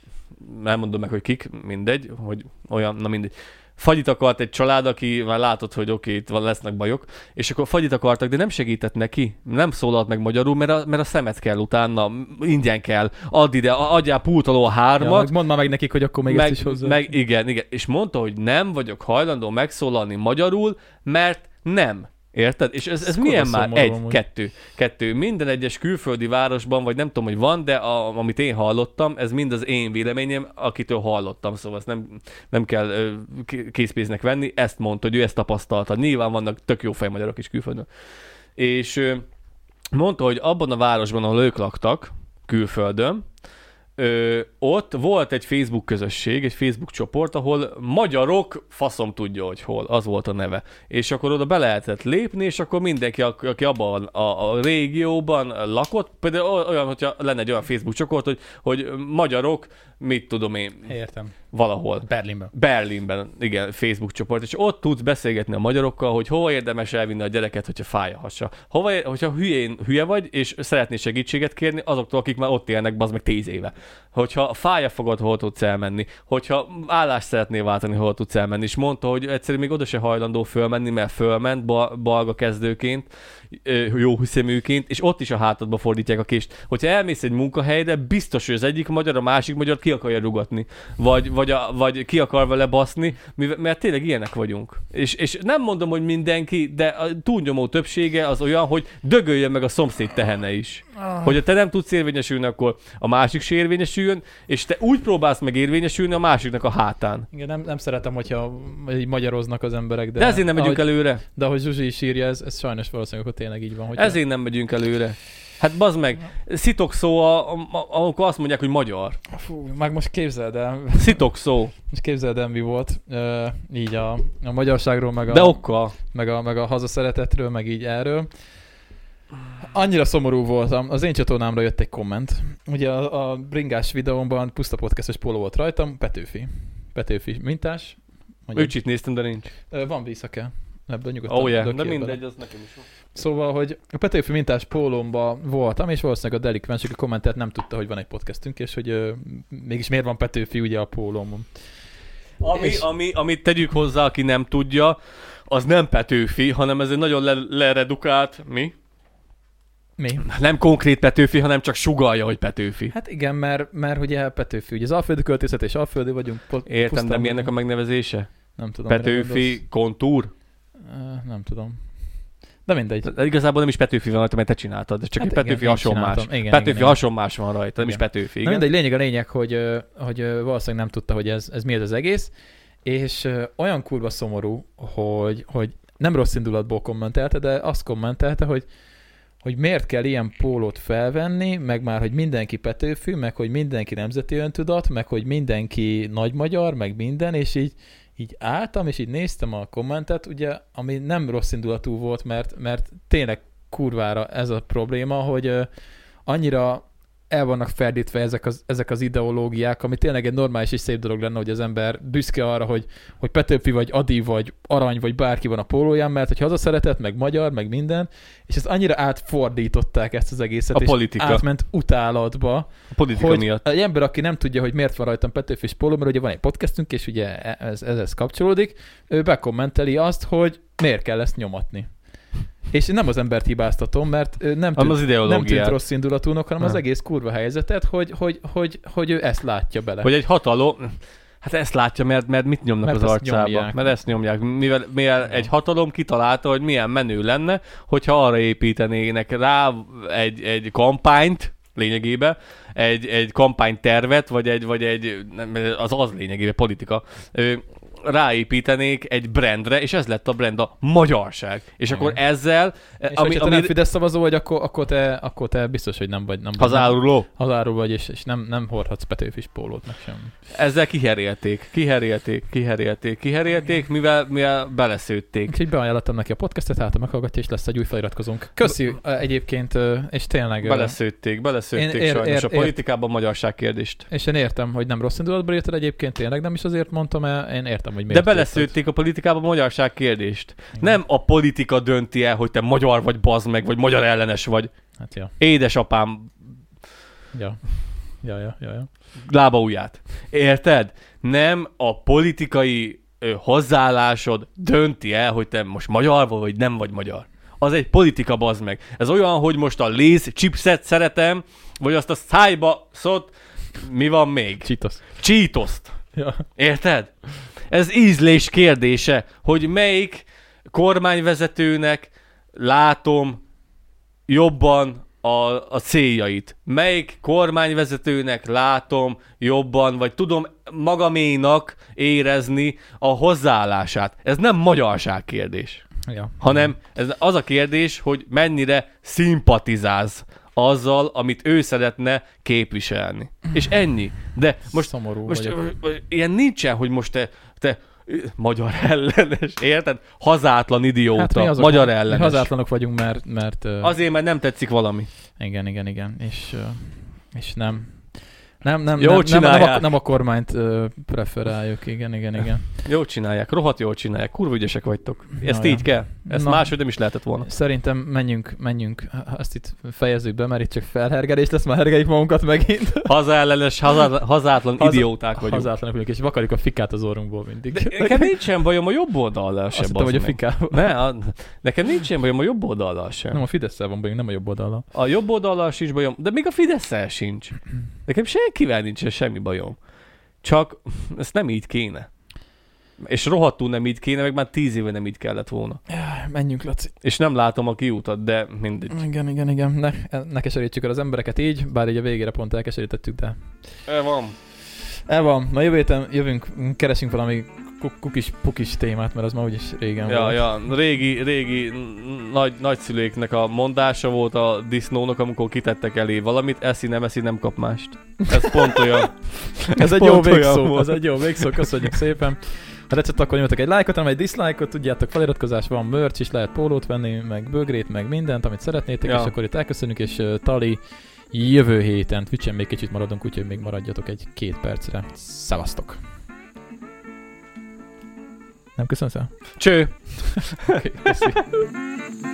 nem mondom meg, hogy kik, mindegy, hogy olyan, na mindegy. Fagyit akart egy család, aki már látott, hogy oké, itt van, lesznek bajok, és akkor fagyit akartak, de nem segített neki. Nem szólalt meg magyarul, mert a, mert a szemet kell utána, ingyen kell, add ide, adjál pultaló a hármat. Ja, mondd már meg nekik, hogy akkor még meg, ezt is hozzá. Meg, igen, igen. És mondta, hogy nem vagyok hajlandó megszólalni magyarul, mert nem. Érted? És ez, ez, ez milyen már? Egy, amúgy. kettő. Kettő. Minden egyes külföldi városban, vagy nem tudom, hogy van, de a, amit én hallottam, ez mind az én véleményem, akitől hallottam, szóval ezt nem, nem kell ö, készpénznek venni, ezt mondta, hogy ő ezt tapasztalta. Nyilván vannak tök jó fejmagyarok is külföldön. És ö, mondta, hogy abban a városban, ahol ők laktak, külföldön, Ö, ott volt egy Facebook közösség, egy Facebook csoport, ahol magyarok, faszom tudja, hogy hol, az volt a neve. És akkor oda be lehetett lépni, és akkor mindenki, aki abban a, a régióban lakott, például olyan, hogyha lenne egy olyan Facebook csoport, hogy, hogy magyarok, mit tudom én, Értem. valahol. Berlinben. Berlinben, igen, Facebook csoport, és ott tudsz beszélgetni a magyarokkal, hogy hova érdemes elvinni a gyereket, hogyha fáj a hasa. Hova, hogyha hülyén, hülye vagy, és szeretnél segítséget kérni azoktól, akik már ott élnek, bazd meg tíz éve. Hogyha fáj a fogad, hol tudsz elmenni. Hogyha állást szeretnél váltani, hol tudsz elmenni. És mondta, hogy egyszerűen még oda se hajlandó fölmenni, mert fölment balga kezdőként, jó hiszeműként, és ott is a hátadba fordítják a kést. Hogyha elmész egy munkahelyre, biztos, hogy az egyik magyar, a másik magyar ki akarja rugatni. Vagy, vagy, a, vagy ki akar vele baszni, mert tényleg ilyenek vagyunk. És, és nem mondom, hogy mindenki, de a túlnyomó többsége az olyan, hogy dögöljön meg a szomszéd tehene is. Oh. Hogyha te nem tudsz érvényesülni, akkor a másik se érvényesüljön, és te úgy próbálsz meg érvényesülni a másiknak a hátán. Igen, nem, nem szeretem, hogyha így magyaroznak az emberek, de... De ezért nem megyünk ahogy, előre. De ahogy Zsuzsi is írja, ez, ez sajnos valószínűleg, hogy tényleg így van. Hogyha... Ezért nem megyünk előre. Hát bazd meg, szitokszó, amikor azt mondják, hogy magyar. Fú, meg most képzeld el. Szitokszó. Most képzeld el, mi volt uh, így a, a magyarságról, meg a, de okkal. Meg a, meg a hazaszeretetről, meg így erről. Annyira szomorú voltam, az én csatornámra jött egy komment. Ugye a, a bringás videómban puszta podcastos póló volt rajtam, Petőfi. Petőfi mintás. Őcsit néztem, de nincs. Van visszake. Ebből nyugodtan. Oh yeah, de mindegy, bele. Az nekem is van. Szóval, hogy a Petőfi mintás pólómban voltam, és valószínűleg a delikvens, aki kommentelt, nem tudta, hogy van egy podcastünk, és hogy ö, mégis miért van Petőfi ugye a pólómon. Ami, és... ami, amit tegyük hozzá, aki nem tudja, az nem Petőfi, hanem ez egy nagyon le- leredukált, mi? Mi? Nem konkrét Petőfi, hanem csak sugallja, hogy Petőfi. Hát igen, mert, mert ugye Petőfi, ugye az alföldi költészet és alföldi vagyunk. Po- Értem, de mi ennek a megnevezése? Nem tudom. Petőfi kontúr? Uh, nem tudom. De mindegy. De igazából nem is Petőfi van rajta, mert te csináltad, de csak hát egy igen, Petőfi hasonmás. Igen, Petőfi igen, hasonmás van rajta, igen. Nem is Petőfi. Igen. Na mindegy, lényeg a lényeg, hogy, hogy valószínűleg nem tudta, hogy ez, ez mi ez az egész, és olyan kurva szomorú, hogy, hogy nem rossz indulatból kommentelte, de azt kommentelte, hogy hogy miért kell ilyen pólót felvenni, meg már, hogy mindenki Petőfi, meg hogy mindenki nemzeti öntudat, meg hogy mindenki nagymagyar, meg minden, és így, így álltam, és így néztem a kommentet, ugye, ami nem rossz indulatú volt, mert, mert tényleg kurvára ez a probléma, hogy uh, annyira el vannak ferdítve ezek az, ezek az ideológiák, ami tényleg egy normális és szép dolog lenne, hogy az ember büszke arra, hogy, hogy Petőfi, vagy Adi, vagy Arany, vagy bárki van a pólóján, mert hogy hazaszeretet, meg magyar, meg minden, és ezt annyira átfordították ezt az egészet, a és politika. Átment utálatba, a politika hogy miatt. Egy ember, aki nem tudja, hogy miért van rajtam Petőfi és póló, mert ugye van egy podcastünk, és ugye ez, ez kapcsolódik, ő bekommenteli azt, hogy miért kell ezt nyomatni. És nem az embert hibáztatom, mert nem tűnt, nem tűnt rossz indulatúnak, hanem nem. Az egész kurva helyzetet, hogy, hogy, hogy, hogy ő ezt látja bele. Hogy egy hatalom... Hát ezt látja, mert, mert mit nyomnak mert az arcába? Nyomják. Mert ezt nyomják. Mivel, mivel egy hatalom kitalálta, hogy milyen menő lenne, hogyha arra építenének rá egy, egy kampányt, lényegében, egy, egy kampánytervet, vagy egy, vagy egy, az az lényegében politika, ráépítenék egy brandre, és ez lett a brand, a magyarság. És mm. akkor ezzel... És ami, hogyha te ami... nem Fidesz szavazó vagy, akkor, akkor, te, akkor te biztos, hogy nem vagy... Nem hazáruló. Hazáruló vagy, és, és nem, nem hordhatsz Petőfis pólót, meg sem. Ezzel kiherélték, kiherélték, kiherélték, kiherélték, mivel, mivel beleszőtték. Úgyhogy beajánlottam neki a podcastet, hát meghallgatja, és lesz egy új feliratkozónk. Köszi egyébként, és tényleg... Beleszőtték, beleszőtték ér, sajnos ér, a politikában a magyarság kérdést. És én értem, hogy nem rossz indulatból írtad egyébként, tényleg nem is azért mondtam el, én értem, hogy de beleszőtték a politikába a magyarság kérdést. Igen. Nem a politika dönti el, hogy te magyar vagy, bazd meg, vagy magyar ellenes vagy. Hát ja. Édesapám. Ja. Ja, ja, ja, ja. Lába ujját. Érted? Nem a politikai ö, hozzáállásod dönti el, hogy te most magyar vagy, vagy nem vagy magyar. Az egy politika, bazd meg. Ez olyan, hogy most a Lay's chipset szeretem, vagy azt a szájba szót, mi van még? Cheetos. Cheetoszt. Ja. Érted? Ez ízlés kérdése, hogy melyik kormányvezetőnek látom jobban a, a céljait. Melyik kormányvezetőnek látom jobban, vagy tudom magaménak érezni a hozzáállását. Ez nem magyarság kérdés. Ja. Hanem ez az a kérdés, hogy mennyire szimpatizálsz azzal, amit ő szeretne képviselni. És ennyi. De most, Szomorú most ilyen nincsen, hogy most te, te magyar ellenes, érted? Hazátlan idióta, hát azok, magyar ellenes. Mi hazátlanok vagyunk, mert... mert azért, mert nem tetszik valami. Igen, igen, igen. És, és nem... Nem, nem, jó nem, nem, nem, a, nem a kormányt uh, preferáljuk, igen, igen, igen. Jó csinálják, rohadt jól csinálják, kurva ügyesek vagytok. Ezt Na, így kell. Ezt Na, máshogy nem is lehetett volna. Szerintem menjünk, menjünk, ezt itt fejezzük be, mert itt csak felhergelés lesz, már hergeljük magunkat megint. Hazaellenes, hazá, hazátlan Haza, idióták vagyunk. Hazátlanak vagyunk, és vakarjuk a fikát az orrunkból mindig. De nekem nincsen bajom a jobb oldallal sem. Azt hittem, hogy a fikával. Ne, a, nekem nincsen bajom a jobb oldallal sem. Nem, a Fidesszel van bajunk, nem a jobb oldallal. A jobb oldallal sincs bajom, de még a Fidesszel sincs. Nekem senkivel nincsen semmi bajom. Csak ezt nem így kéne. És rohadtul nem így kéne, meg már tíz éve nem így kellett volna. Menjünk, Laci. És nem látom a kiútat, de mindegy. Igen, igen, igen. Ne, ne keserítsük el az embereket így, bár így a végére pont elkeserítettük, de... El van. El van. Na jövő héten jövünk, keresünk valami kukis, pukis témát, mert az már úgyis régen ja, volt. Ja, régi, régi nagy, nagyszüléknek a mondása volt a disznónak, amikor kitettek elé valamit, eszi, nem eszi, nem kap mást. Ez pont olyan. ez, ez egy jó végszó, ez egy jó végszó, köszönjük szépen. Ha tetszett, akkor nyomjatok egy lájkot, hanem egy dislike-ot, tudjátok, feliratkozás van, merch is, lehet pólót venni, meg bögrét, meg mindent, amit szeretnétek, ja. És akkor itt elköszönjük, és uh, Tali jövő héten, Twitchen még kicsit maradunk, úgyhogy még maradjatok egy-két percre. Szevasztok! Nem köszönsz el? Cső! Okay,